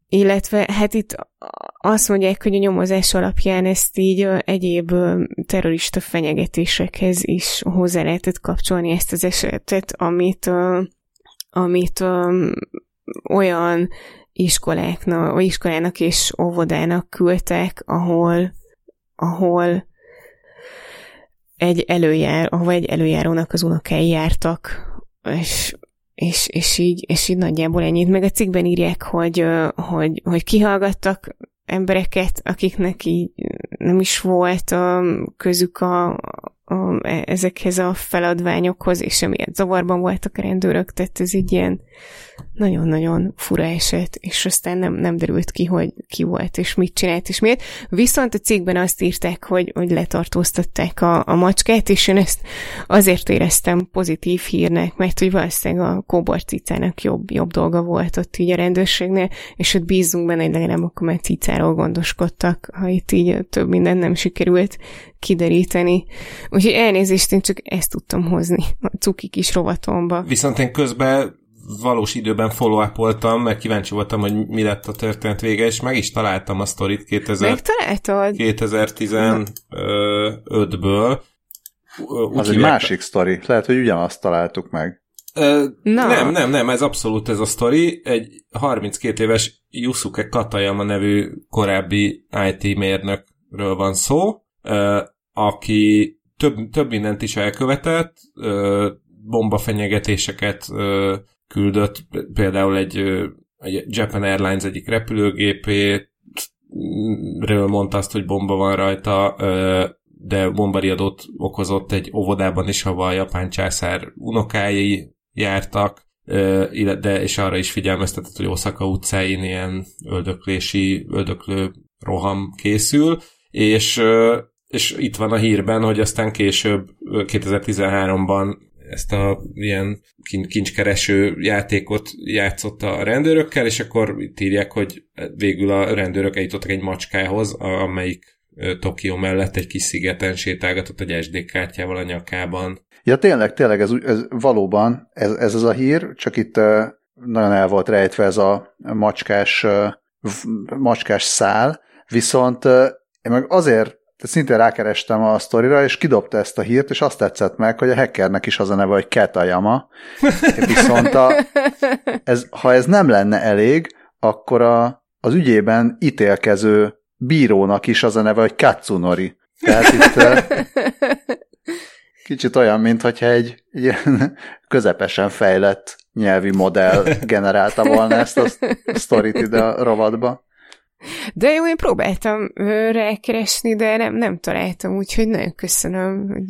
C: illetve hát itt azt mondják, hogy a nyomozás alapján ezt így egyéb terrorista fenyegetésekhez is hozzá lehetett kapcsolni ezt az esetet, amit, amit olyan iskoláknak, vagy iskolának és óvodának küldtek, ahol, ahol egy előjár, ahol egy előjárónak az unokái jártak, és És, és, így, és így nagyjából ennyit. Meg a cikkben írják, hogy, hogy, hogy kihallgattak embereket, akiknek így nem is volt a közük a, a, ezekhez a feladványokhoz, és emiatt zavarban voltak a rendőrök, tehát ez így ilyen nagyon-nagyon fura eset, és aztán nem, nem derült ki, hogy ki volt, és mit csinált, és miért. Viszont a cikkben azt írták, hogy, hogy letartóztatták a, a macskát, és én ezt azért éreztem pozitív hírnek, mert hogy valószínűleg a kóborcicának jobb, jobb dolga volt ott így a rendőrségnél, és ott bízunk benne, hogy legalább akkor már cicáról gondoskodtak, ha itt így több minden nem sikerült kideríteni. Úgyhogy elnézést, én csak ezt tudtam hozni a cuki kis rovatomba.
B: Viszont én közben valós időben follow-upoltam, mert kíváncsi voltam, hogy mi lett a történet vége, és meg is találtam a sztorit kétezer-tizenötből.
A: Az egy másik sztori. Lehet, hogy ugyanazt találtuk meg.
B: Uh, nem, nem, nem, ez abszolút ez a sztori. Egy harminckét éves Yusuke Katayama nevű korábbi i té mérnökről van szó, uh, aki több, több mindent is elkövetett, uh, bombafenyegetéseket uh, küldött, például egy, egy Japan Airlines egyik repülőgépéről mondta azt, hogy bomba van rajta, de bombariadót okozott egy óvodában is, ahol a japán császár unokái jártak, de, és arra is figyelmeztetett, hogy Oszaka utcáin ilyen öldöklési, öldöklő roham készül, és, és itt van a hírben, hogy aztán később kétezer-tizenháromban ezt a ilyen kincskereső játékot játszotta a rendőrökkel, és akkor itt írják, hogy végül a rendőrök eljutottak egy macskához, amelyik Tokió mellett egy kis szigeten sétálgatott egy es dé kártyával a nyakában.
A: Ja, tényleg, tényleg, ez, ez valóban, ez, ez az a hír, csak itt nagyon el volt rejtve ez a macskás, macskás szál, viszont én meg azért szintén rákerestem a sztorira, és kidobta ezt a hírt, és azt tetszett meg, hogy a hackernek is az a neve, hogy Katayama. Viszont a, ez, ha ez nem lenne elég, akkor a, az ügyében ítélkező bírónak is az a neve, hogy Katsunori. Tehát itt kicsit olyan, mintha egy, egy ilyen közepesen fejlett nyelvi modell generálta volna ezt a sztorit ide a rovatba.
C: De jó, én próbáltam rákeresni, de nem, nem találtam, úgyhogy nagyon köszönöm, hogy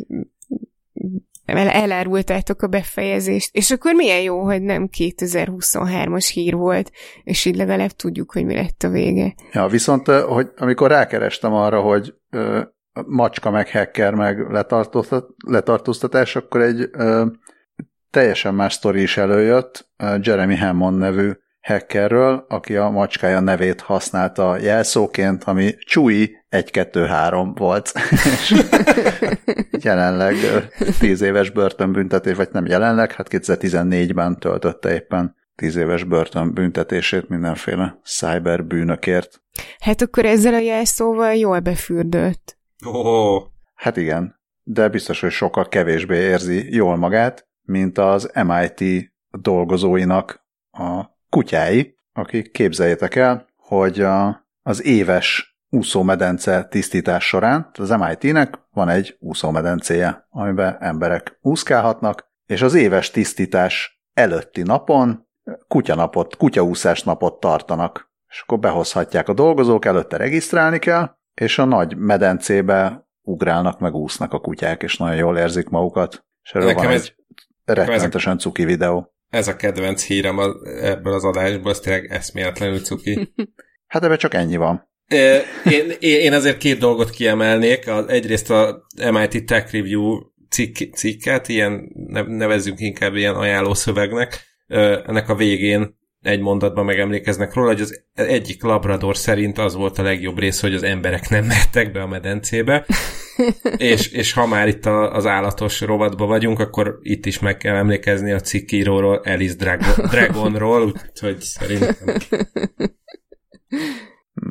C: el, elárultátok a befejezést. És akkor milyen jó, hogy nem kétezer-huszonhármas hír volt, és így legalább tudjuk, hogy mi lett a vége.
A: Ja, viszont hogy amikor rákerestem arra, hogy ö, macska meg hacker meg letartóztat, letartóztatás, akkor egy ö, teljesen más sztori is előjött, Jeremy Hammond nevű hackerről, aki a macskája nevét használta jelszóként, ami Chewie egy kettő három volt. És jelenleg tíz éves börtönbüntetés, vagy nem jelenleg, hát kétezer-tizennégyben töltötte éppen tíz éves börtönbüntetését mindenféle cyberbűnökért.
C: Hát akkor ezzel a jelszóval jól befürdött.
B: Oh.
A: Hát igen, de biztos, hogy sokkal kevésbé érzi jól magát, mint az em i té dolgozóinak a kutyái, akik képzeljétek el, hogy a, az éves úszómedence tisztítás során, az em i té-nek van egy úszómedencéje, amiben emberek úszkálhatnak, és az éves tisztítás előtti napon kutyanapot, kutyaúszás napot tartanak. És akkor behozhatják a dolgozók, előtte regisztrálni kell, és a nagy medencébe ugrálnak, meg úsznak a kutyák, és nagyon jól érzik magukat. És erről van egy rettenetesen cuki videó.
B: Ez a kedvenc hírem az, ebből az adásból, az tényleg eszméletlenül cuki.
A: Hát ebben csak ennyi van.
B: Én, én azért két dolgot kiemelnék. Egyrészt a em i té Tech Review cikk, cikket, ilyen, nevezzünk inkább ilyen ajánlószövegnek. Ennek a végén egy mondatban megemlékeznek róla, hogy az egyik labrador szerint az volt a legjobb rész, hogy az emberek nem mehettek be a medencébe. és, és ha már itt a, az állatos rovatban vagyunk, akkor itt is meg kell emlékezni a cikkíróról, Alice Dragon, Dragonról, úgyhogy szerintem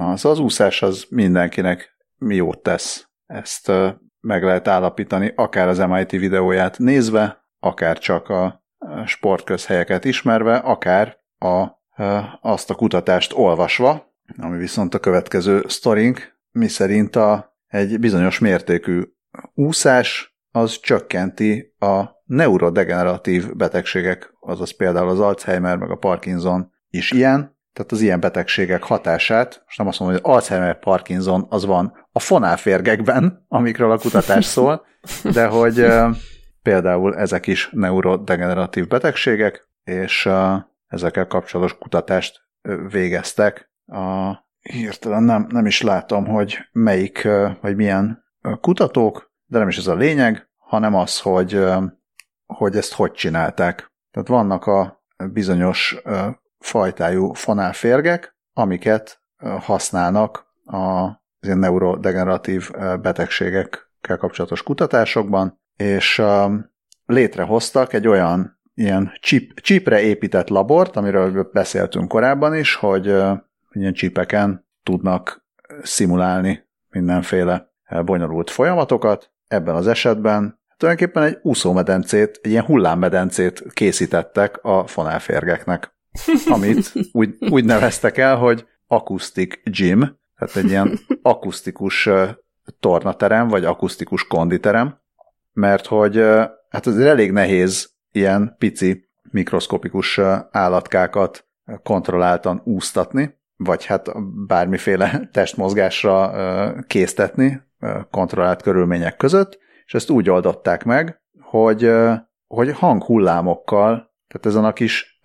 A: Na, szóval az úszás az mindenkinek jót tesz. Ezt uh, meg lehet állapítani, akár az em i té videóját nézve, akár csak a sportközhelyeket ismerve, akár a, uh, azt a kutatást olvasva, ami viszont a következő sztorink, miszerint a, egy bizonyos mértékű úszás az csökkenti a neurodegeneratív betegségek, azaz például az Alzheimer meg a Parkinson is ilyen, tehát az ilyen betegségek hatását, most nem azt mondom, hogy Alzheimer, Parkinson az van a fonálférgekben, amikről a kutatás szól, de hogy uh, például ezek is neurodegeneratív betegségek, és uh, ezekkel kapcsolatos kutatást uh, végeztek. A, hirtelen nem, nem is látom, hogy melyik, uh, vagy milyen uh, kutatók, de nem is ez a lényeg, hanem az, hogy, uh, hogy ezt hogy csinálták. Tehát vannak a bizonyos uh, fajtájú fonálférgek, amiket használnak az ilyen neurodegeneratív betegségekkel kapcsolatos kutatásokban, és létrehoztak egy olyan ilyen chip, chipre épített labort, amiről beszéltünk korábban is, hogy ilyen chipeken tudnak szimulálni mindenféle bonyolult folyamatokat. Ebben az esetben tulajdonképpen egy úszómedencét, egy ilyen hullámmedencét készítettek a fonálférgeknek, amit úgy, úgy neveztek el, hogy Acoustic Gym, tehát egy ilyen akusztikus tornaterem, vagy akusztikus konditerem, mert hogy hát azért elég nehéz ilyen pici, mikroszkopikus állatkákat kontrolláltan úsztatni, vagy hát bármiféle testmozgásra késztetni kontrollált körülmények között, és ezt úgy oldották meg, hogy, hogy hanghullámokkal, tehát ezen a kis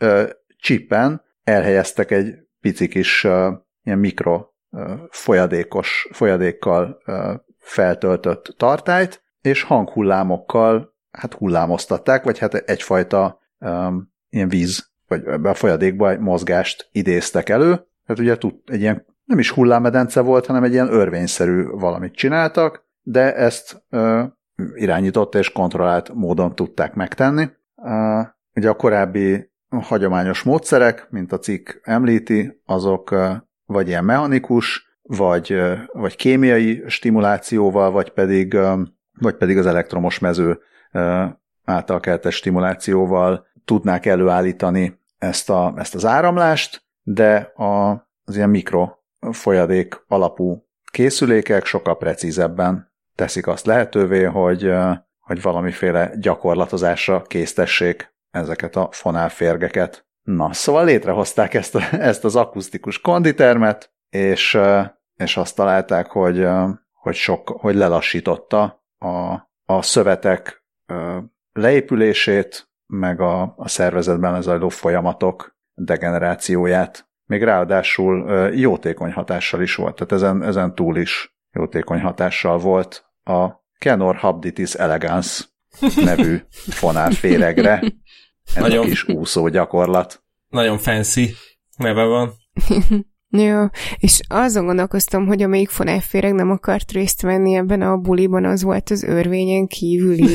A: chipen elhelyeztek egy pici kis uh, ilyen mikro uh, folyadékos, folyadékkal uh, feltöltött tartályt, és hanghullámokkal hát hullámoztatták, vagy hát egyfajta um, ilyen víz, vagy ebbe a folyadékba egy mozgást idéztek elő. Tehát ugye tud, egy ilyen nem is hullámmedence volt, hanem egy ilyen örvényszerű valamit csináltak, de ezt uh, irányított és kontrollált módon tudták megtenni. Uh, ugye a korábbi a hagyományos módszerek, mint a cikk említi, azok vagy ilyen mechanikus, vagy, vagy kémiai stimulációval, vagy pedig, vagy pedig az elektromos mező által keltett stimulációval tudnák előállítani ezt, a, ezt az áramlást, de a, az ilyen mikrofolyadék alapú készülékek sokkal precízebben teszik azt lehetővé, hogy, hogy valamiféle gyakorlatozásra késztessék ezeket a fonálférgeket. Na, szóval létrehozták ezt, a, ezt az akusztikus konditermet, és, és azt találták, hogy, hogy, sok, hogy lelassította a, a szövetek leépülését, meg a, a szervezetben lezajló folyamatok degenerációját. Még ráadásul jótékony hatással is volt, tehát ezen, ezen túl is jótékony hatással volt a Kenor Habditis elegans nevű fonálféregre. Ez nagyon, a kis úszó gyakorlat.
B: Nagyon fancy neve van.
C: Jó, és azon gondolkoztam, hogy amelyik fonálféreg nem akart részt venni ebben a buliban, az volt az örvényen kívüli.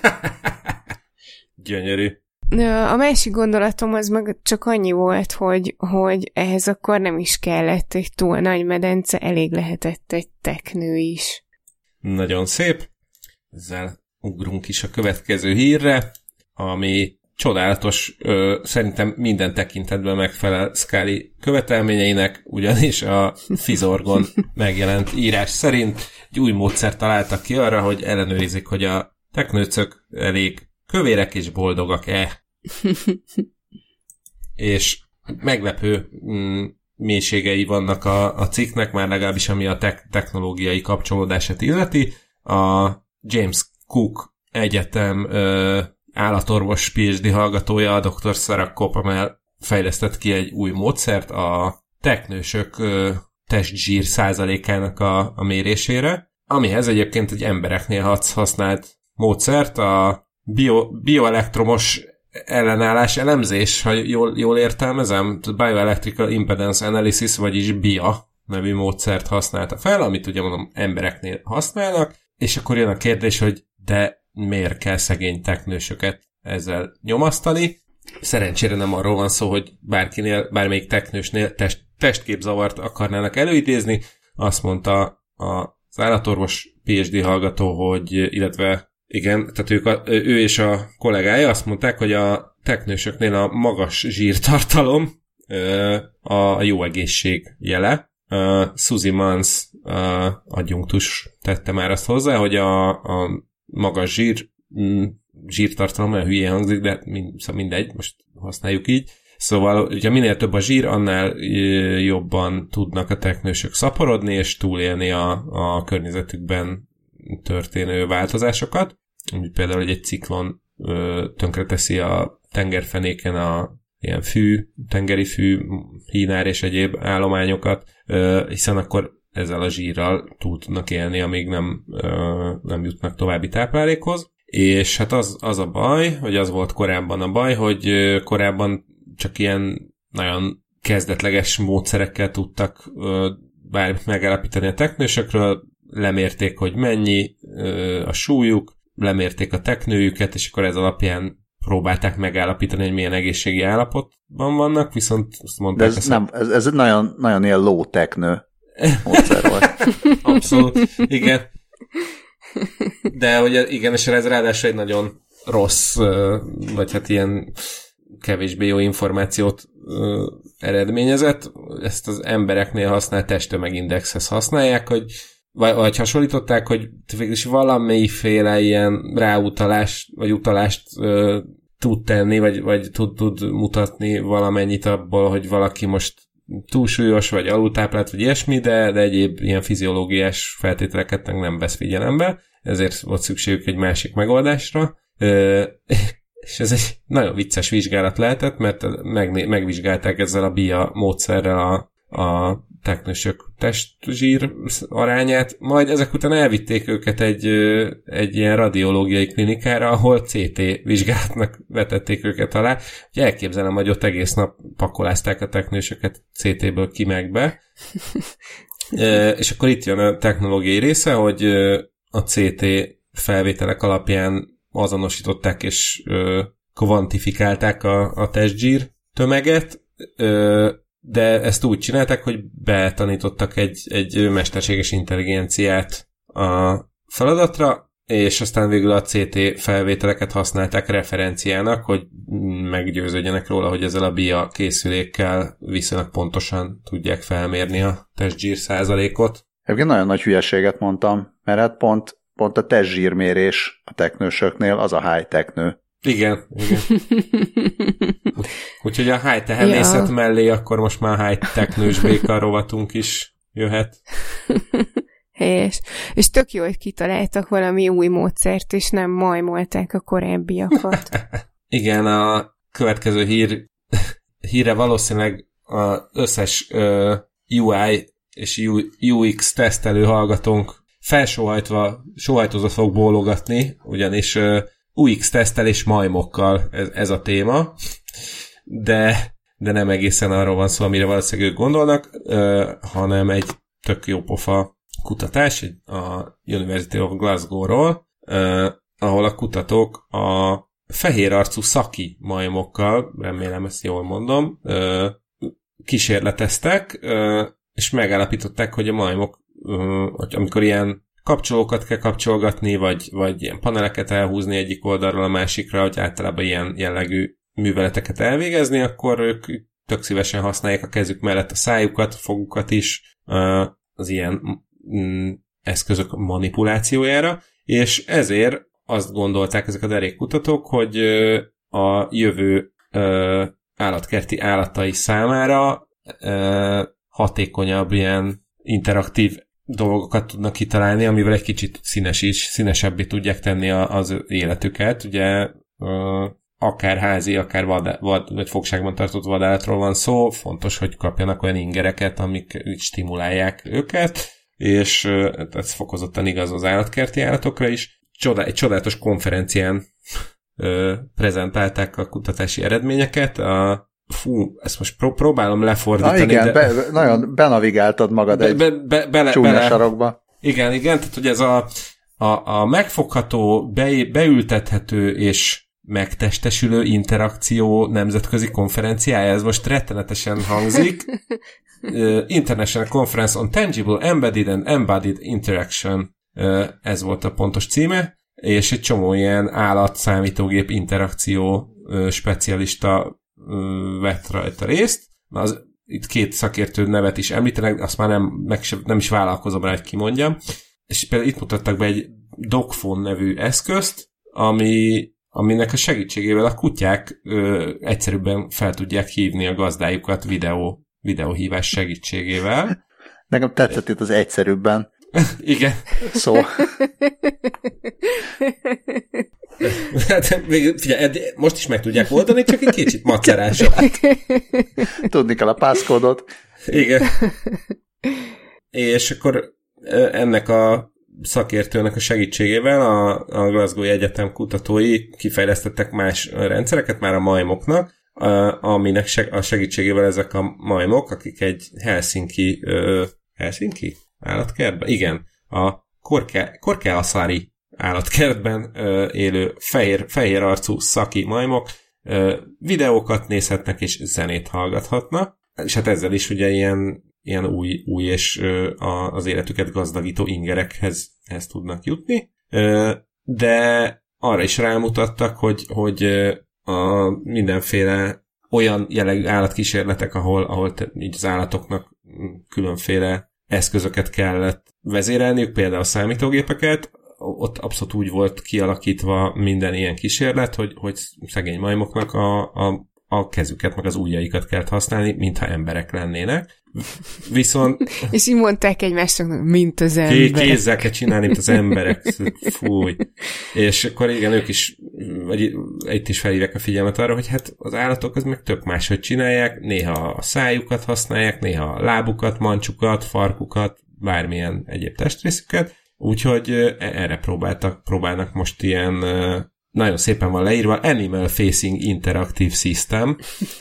B: Gyönyörű.
C: A másik gondolatom az meg csak annyi volt, hogy, hogy ehhez akkor nem is kellett egy túl nagy medence, elég lehetett egy teknő is.
B: Nagyon szép. Ezzel ugrunk is a következő hírre, ami csodálatos, ö, szerintem minden tekintetben megfelel Scully követelményeinek, ugyanis a Fizorgon megjelent írás szerint egy új módszert találtak ki arra, hogy ellenőrizik, hogy a teknőcök elég kövérek és boldogak-e. És meglepő mm, mélységei vannak a, a cikknek, már legalábbis ami a te- technológiai kapcsolódását illeti. A James Cook Egyetem ö, állatorvos pé há dé hallgatója, a doktor Sarah Copamel fejlesztett ki egy új módszert a teknősök ö, testzsír százalékának a, a mérésére, amihez egyébként egy embereknél használt módszert, a bio, bioelektromos ellenállás elemzés, ha jól, jól értelmezem, Bioelectrical Impedance Analysis, vagyis bé i á nevű módszert használta fel, amit ugye mondom embereknél használnak, és akkor jön a kérdés, hogy de miért kell szegény teknősöket ezzel nyomasztani? Szerencsére nem arról van szó, hogy bárkinél, bármelyik teknősnél test, testképzavart akarnának előidézni. Azt mondta az állatorvos pé há dé hallgató, hogy, illetve igen, tehát ők a, ő és a kollégája azt mondták, hogy a teknősöknél a magas zsírtartalom a jó egészség jele. Suzy Mans adjunktus tette már azt hozzá, hogy a, a magas zsír zsírtartalom, olyan hülyén hangzik, de mind, szóval mindegy, most használjuk így. Szóval, ugye minél több a zsír, annál jobban tudnak a teknősök szaporodni, és túlélni a, a környezetükben történő változásokat. Úgy például, hogy egy ciklon tönkreteszi a tengerfenéken a ilyen fű, tengeri fű, hínár és egyéb állományokat, hiszen akkor ezzel a zsírral túl tudnak élni, amíg nem, nem jutnak további táplálékhoz. És hát az, az a baj, vagy az volt korábban a baj, hogy korábban csak ilyen nagyon kezdetleges módszerekkel tudtak bármit megállapítani a teknősökről, lemérték, hogy mennyi a súlyuk, lemérték a teknőjüket, és akkor ez alapján próbálták megállapítani, hogy milyen egészségi állapotban vannak, viszont azt mondták...
A: De ez, nem, ez, ez nagyon, nagyon ilyen low teknő módszer volt.
B: Abszolút, igen. De hogy igen, és ez ráadásul egy nagyon rossz, vagy hát ilyen kevésbé jó információt eredményezett. Ezt az embereknél használt testtömegindexhez használják, hogy vagy, vagy hasonlították, hogy végülis valamelyféle ilyen ráutalást, vagy utalást ö, tud tenni, vagy, vagy tud, tud mutatni valamennyit abból, hogy valaki most túlsúlyos, vagy alultáplált, vagy ilyesmi, de, de egyéb ilyen fiziológiás feltételeket nem vesz figyelembe, ezért volt szükségük egy másik megoldásra. Ö, és ez egy nagyon vicces vizsgálat lehetett, mert meg, megvizsgálták ezzel a BIA módszerrel a, a teknősök testzsír arányát, majd ezek után elvitték őket egy, egy ilyen radiológiai klinikára, ahol cé té vizsgálatnak vetették őket alá. Úgyhogy elképzelem, hogy ott egész nap pakolázták a teknősöket cé téből ki meg be. e, és akkor itt jön a technológiai része, hogy a cé té felvételek alapján azonosították és ö, kvantifikálták a, a testzsír tömeget, ö, de ezt úgy csinálták, hogy betanítottak egy, egy mesterséges intelligenciát a feladatra, és aztán végül a cé té felvételeket használták referenciának, hogy meggyőződjenek róla, hogy ezzel a BIA készülékkel viszonylag pontosan tudják felmérni a testzsír százalékot.
A: Egyébként nagyon nagy hülyeséget mondtam, mert hát pont, pont a testzsírmérés a teknősöknél az a high teknő.
B: Igen, igen. Úgyhogy a high tehenészet ja. mellé akkor most már high teknős béka rovatunk is jöhet.
C: Helyes. És tök jó, hogy kitaláltak valami új módszert, és nem majmolták a korábbiakat.
B: Igen, a következő hír, hírre valószínűleg az összes uh, u i és u iksz tesztelő hallgatónk felsóhajtva, sóhajtozva fog bólogatni, ugyanis uh, u iksz tesztelés majmokkal ez, ez a téma, de, de nem egészen arról van szó, amire valószínűleg ők gondolnak, uh, hanem egy tök jó pofa kutatás a University of Glasgow-ról, uh, ahol a kutatók a fehér arcú szaki majmokkal, remélem ezt jól mondom, uh, kísérleteztek, uh, és megállapították, hogy a majmok, uh, amikor ilyen kapcsolókat kell kapcsolgatni, vagy, vagy ilyen paneleket elhúzni egyik oldalról a másikra, hogy általában ilyen jellegű műveleteket elvégezni, akkor ők tök szívesen használják a kezük mellett a szájukat, a fogukat is uh, az ilyen mm, eszközök manipulációjára, és ezért azt gondolták ezek a derék kutatók, hogy uh, a jövő uh, állatkerti állatai számára uh, hatékonyabb ilyen interaktív dolgokat tudnak kitalálni, amivel egy kicsit színes is, színesebbé tudják tenni a, az életüket. Ugye uh, akár házi, akár vad, vad, vagy fogságban tartott vadállatról van szó, fontos, hogy kapjanak olyan ingereket, amik stimulálják őket, és uh, ez fokozottan igaz az állatkerti állatokra is. Csodá, egy csodálatos konferencián uh, prezentálták a kutatási eredményeket. A Fú, ezt most pró- próbálom lefordítani.
A: Na igen,
B: de...
A: be, nagyon benavigáltad magad be, egy be, be, bele, csúnya bele. sarokba.
B: Igen, igen, tehát hogy ez a, a, a megfogható, be, beültethető és megtestesülő interakció nemzetközi konferenciája. Ez most rettenetesen hangzik. Uh, International Conference on Tangible, Embedded and Embodied Interaction. Uh, ez volt a pontos címe, és egy csomó ilyen állat-számítógép interakció uh, specialista uh, vett rajta részt. Az, itt két szakértő nevet is említenek, azt már nem, meg sem, nem is vállalkozom rá, hogy kimondjam. És például itt mutattak be egy Dogphone nevű eszközt, ami, aminek a segítségével a kutyák ö, egyszerűbben fel tudják hívni a gazdájukat videó, videóhívás segítségével.
A: Nekem tetszett itt az egyszerűbben.
B: Igen.
A: Szó.
B: Hát, figyelj, most is meg tudják oldani, csak egy kicsit macerásabb.
A: Tudni kell a pászkódot.
B: Igen. És akkor ennek a szakértőnek a segítségével a, a Glasgow-i Egyetem kutatói kifejlesztettek más rendszereket már a majmoknak, aminek a segítségével ezek a majmok, akik egy Helsinki uh, Helsinki állatkertben? Igen, a Korkeasaari állatkertben uh, élő fehér, fehér arcú szaki majmok uh, videókat nézhetnek és zenét hallgathatnak, és hát ezzel is ugye ilyen ilyen új, új és uh, az életüket gazdagító ingerekhez ezt tudnak jutni, uh, de arra is rámutattak, hogy, hogy uh, a mindenféle olyan jellegű állatkísérletek, ahol, ahol te, így az állatoknak különféle eszközöket kellett vezérelniük, például a számítógépeket, ott abszolút úgy volt kialakítva minden ilyen kísérlet, hogy, hogy szegény majmoknak a, a, a kezüket, meg az ujjaikat kellett használni, mintha emberek lennének. Viszont...
C: És így mondták egymásnak, mint az emberek.
B: Kézzel kell csinálni, mint az emberek. Fúj. És akkor igen, ők is, vagy itt is felhívják a figyelmet arra, hogy hát az állatok az meg tök máshogy csinálják, néha a szájukat használják, néha a lábukat, mancsukat, farkukat, bármilyen egyéb testrészüket, úgyhogy erre próbáltak, próbálnak most ilyen, nagyon szépen van leírva, Animal Facing Interactive System,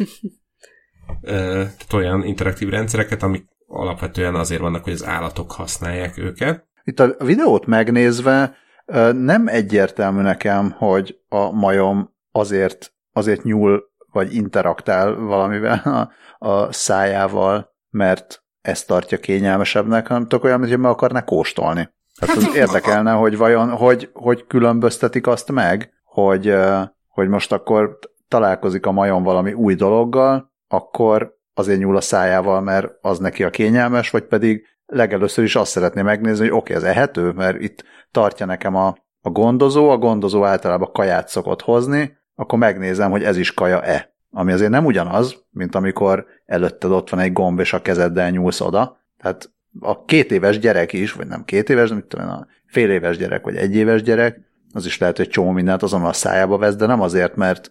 B: tehát olyan interaktív rendszereket, amik alapvetően azért vannak, hogy az állatok használják őket.
A: Itt a videót megnézve nem egyértelmű nekem, hogy a majom azért, azért nyúl, vagy interaktál valamivel a, a szájával, mert ezt tartja kényelmesebbnek, hanem tök olyan, mintha meg akarná kóstolni. Tehát az érdekelne, hogy vajon, hogy, hogy különböztetik azt meg, hogy, hogy most akkor találkozik a majom valami új dologgal, akkor azért nyúl a szájával, mert az neki a kényelmes, vagy pedig legelőször is azt szeretné megnézni, hogy oké, okay, ez ehető, mert itt tartja nekem a, a gondozó, a gondozó általában kaját szokott hozni, akkor megnézem, hogy ez is kaja-e. Ami azért nem ugyanaz, mint amikor előtted ott van egy gomb, és a kezeddel nyúlsz oda. Tehát a két éves gyerek is, vagy nem két éves, de mit tudom, a fél éves gyerek, vagy egy éves gyerek, az is lehet, hogy csomó mindent azonnal a szájába vesz, de nem azért, mert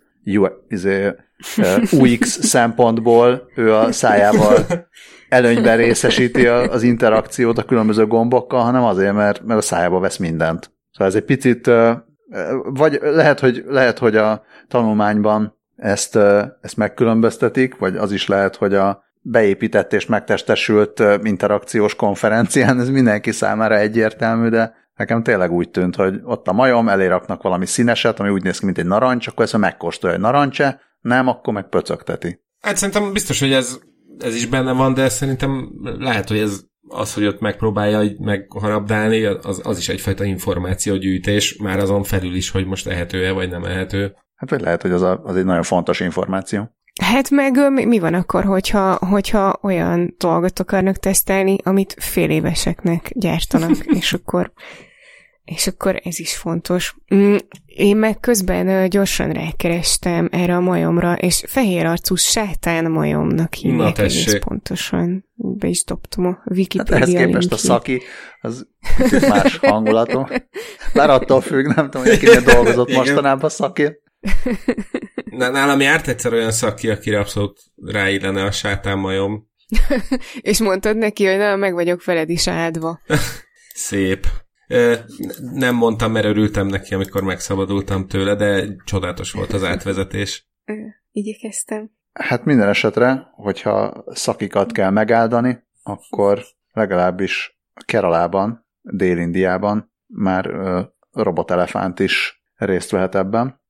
A: u iksz szempontból ő a szájával előnyben részesíti az interakciót a különböző gombokkal, hanem azért, mert, mert a szájába vesz mindent. Szóval ez egy picit, vagy lehet, hogy, lehet, hogy a tanulmányban ezt, ezt megkülönböztetik, vagy az is lehet, hogy a beépített és megtestesült interakciós konferencián ez mindenki számára egyértelmű, de nekem tényleg úgy tűnt, hogy ott a majom, elé raknak valami színeset, ami úgy néz ki, mint egy narancs, akkor ezt megkóstolja, hogy narancse, nem, akkor meg pöcögteti.
B: Hát szerintem biztos, hogy ez, ez is benne van, de szerintem lehet, hogy ez az, hogy ott megpróbálja megharabdálni, az, az is egyfajta információgyűjtés, már azon felül is, hogy most ehető-e, vagy nem ehető.
A: Hát vagy lehet, hogy az, a, az egy nagyon fontos információ.
C: Hát meg mi, mi van akkor, hogyha, hogyha olyan dolgot akarnak tesztelni, amit fél éveseknek gyártanak, és akkor, és akkor ez is fontos. Én meg közben gyorsan rákerestem erre a majomra, és fehér arcú sátán majomnak hívják egész pontosan. Be is dobtam a Wikipedia
A: hát ehhez képest a szaki, az más hangulatú. Bár attól függ, nem tudom, hogy kinél dolgozott mostanában szaki.
B: Nálam járt egyszer olyan szaki, akire abszolút ráillene a sátánmajom.
C: És mondtad neki, hogy na, meg vagyok veled is áldva.
B: Szép. Nem mondtam, mert örültem neki, amikor megszabadultam tőle, de csodálatos volt az átvezetés.
C: Igyekeztem.
A: Hát minden esetre, hogyha szakikat kell megáldani, akkor legalábbis Keralában, Dél-Indiában már robotelefánt is részt vehet ebben.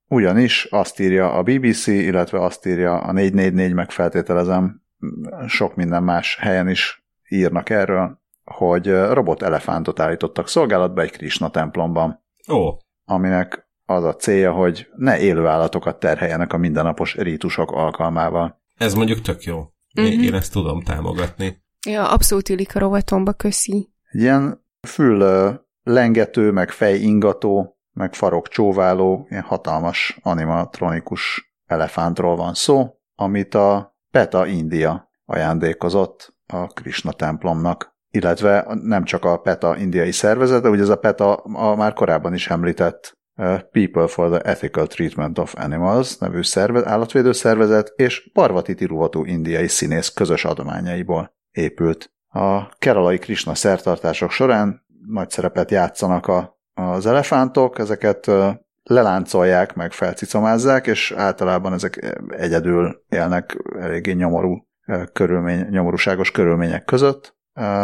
A: Ugyanis azt írja a bé bé cé, illetve azt írja a négy négy négy, meg feltételezem, sok minden más helyen is írnak erről, hogy robot elefántot állítottak szolgálatba egy Krishna templomban.
B: Ó. Oh.
A: Aminek az a célja, hogy ne élő állatokat terheljenek a mindennapos rítusok alkalmával.
B: Ez mondjuk tök jó. Én, uh-huh. én ezt tudom támogatni.
C: Ja, abszolút illik a rovatomba, köszi.
A: Egy ilyen fül lengető, meg fejingató, meg farok csóváló, ilyen hatalmas animatronikus elefántról van szó, amit a PETA India ajándékozott a Krishna templomnak. Illetve nem csak a PETA indiai szervezet, de ugye ez a PETA a már korábban is említett People for the Ethical Treatment of Animals nevű szervezet, állatvédő szervezet, és Parvati Tiruvatu indiai színész közös adományaiból épült. A keralai Krishna szertartások során nagy szerepet játszanak a, az elefántok, ezeket leláncolják, meg felcicomázzák, és általában ezek egyedül élnek eléggé nyomorú körülmény, nyomorúságos körülmények között.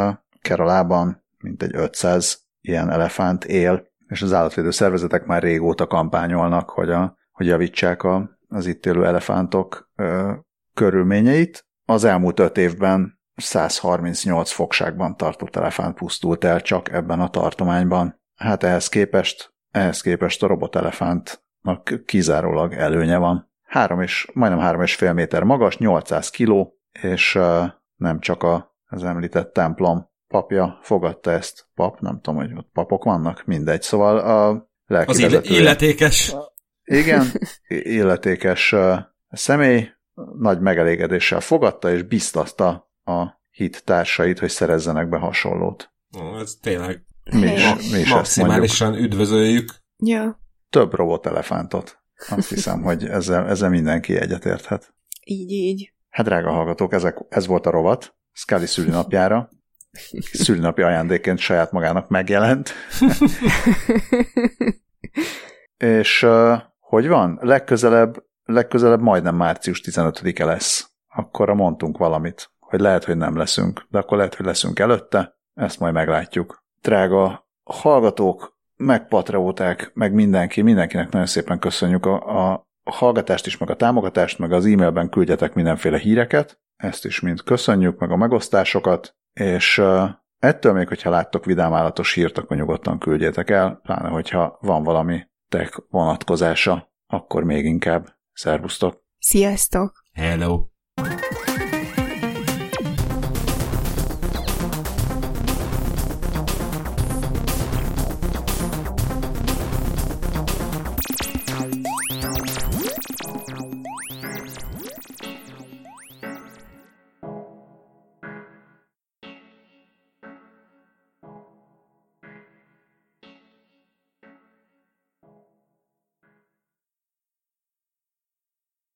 A: Keralában mintegy ötszáz ilyen elefánt él, és az állatvédő szervezetek már régóta kampányolnak, hogy, a, hogy javítsák a, az itt élő elefántok ö, körülményeit. Az elmúlt öt évben száz harmincnyolc fogságban tartott elefánt pusztult el csak ebben a tartományban. Hát ehhez képest, ehhez képest a robotelefántnak kizárólag előnye van. Három és, majdnem három és fél méter magas, nyolcszáz kiló, és ö, nem csak a, az említett templom papja fogadta ezt. Pap, nem tudom, hogy ott papok vannak, mindegy. Szóval a lelkivezetője...
B: Az illetékes.
A: Igen, illetékes személy nagy megelégedéssel fogadta, és biztatta a hit társait, hogy szerezzenek be hasonlót.
B: Ó, ez tényleg
A: mi is, mi is
B: maximálisan üdvözöljük.
C: Ja.
A: Több robotelefántot. Azt hiszem, hogy ezzel, ezzel mindenki egyetérthet.
C: Így, így.
A: Hát drága hallgatók, ezek, ez volt a rovat Scully szülinapjára. Szülinapi ajándékként saját magának megjelent. És uh, hogy van? Legközelebb, legközelebb majdnem március tizenötödike lesz. Akkorra mondtunk valamit, hogy lehet, hogy nem leszünk, de akkor lehet, hogy leszünk előtte. Ezt majd meglátjuk. Drága hallgatók, meg patrióták, meg mindenki, mindenkinek nagyon szépen köszönjük a, a hallgatást is, meg a támogatást, meg az e-mailben küldjetek mindenféle híreket. Ezt is mind köszönjük, meg a megosztásokat. És uh, ettől még, hogyha láttok vidám állatos hírt, akkor nyugodtan küldjétek el, pláne, hogyha van valami tech vonatkozása, akkor még inkább. Szervusztok!
C: Sziasztok!
B: Hello!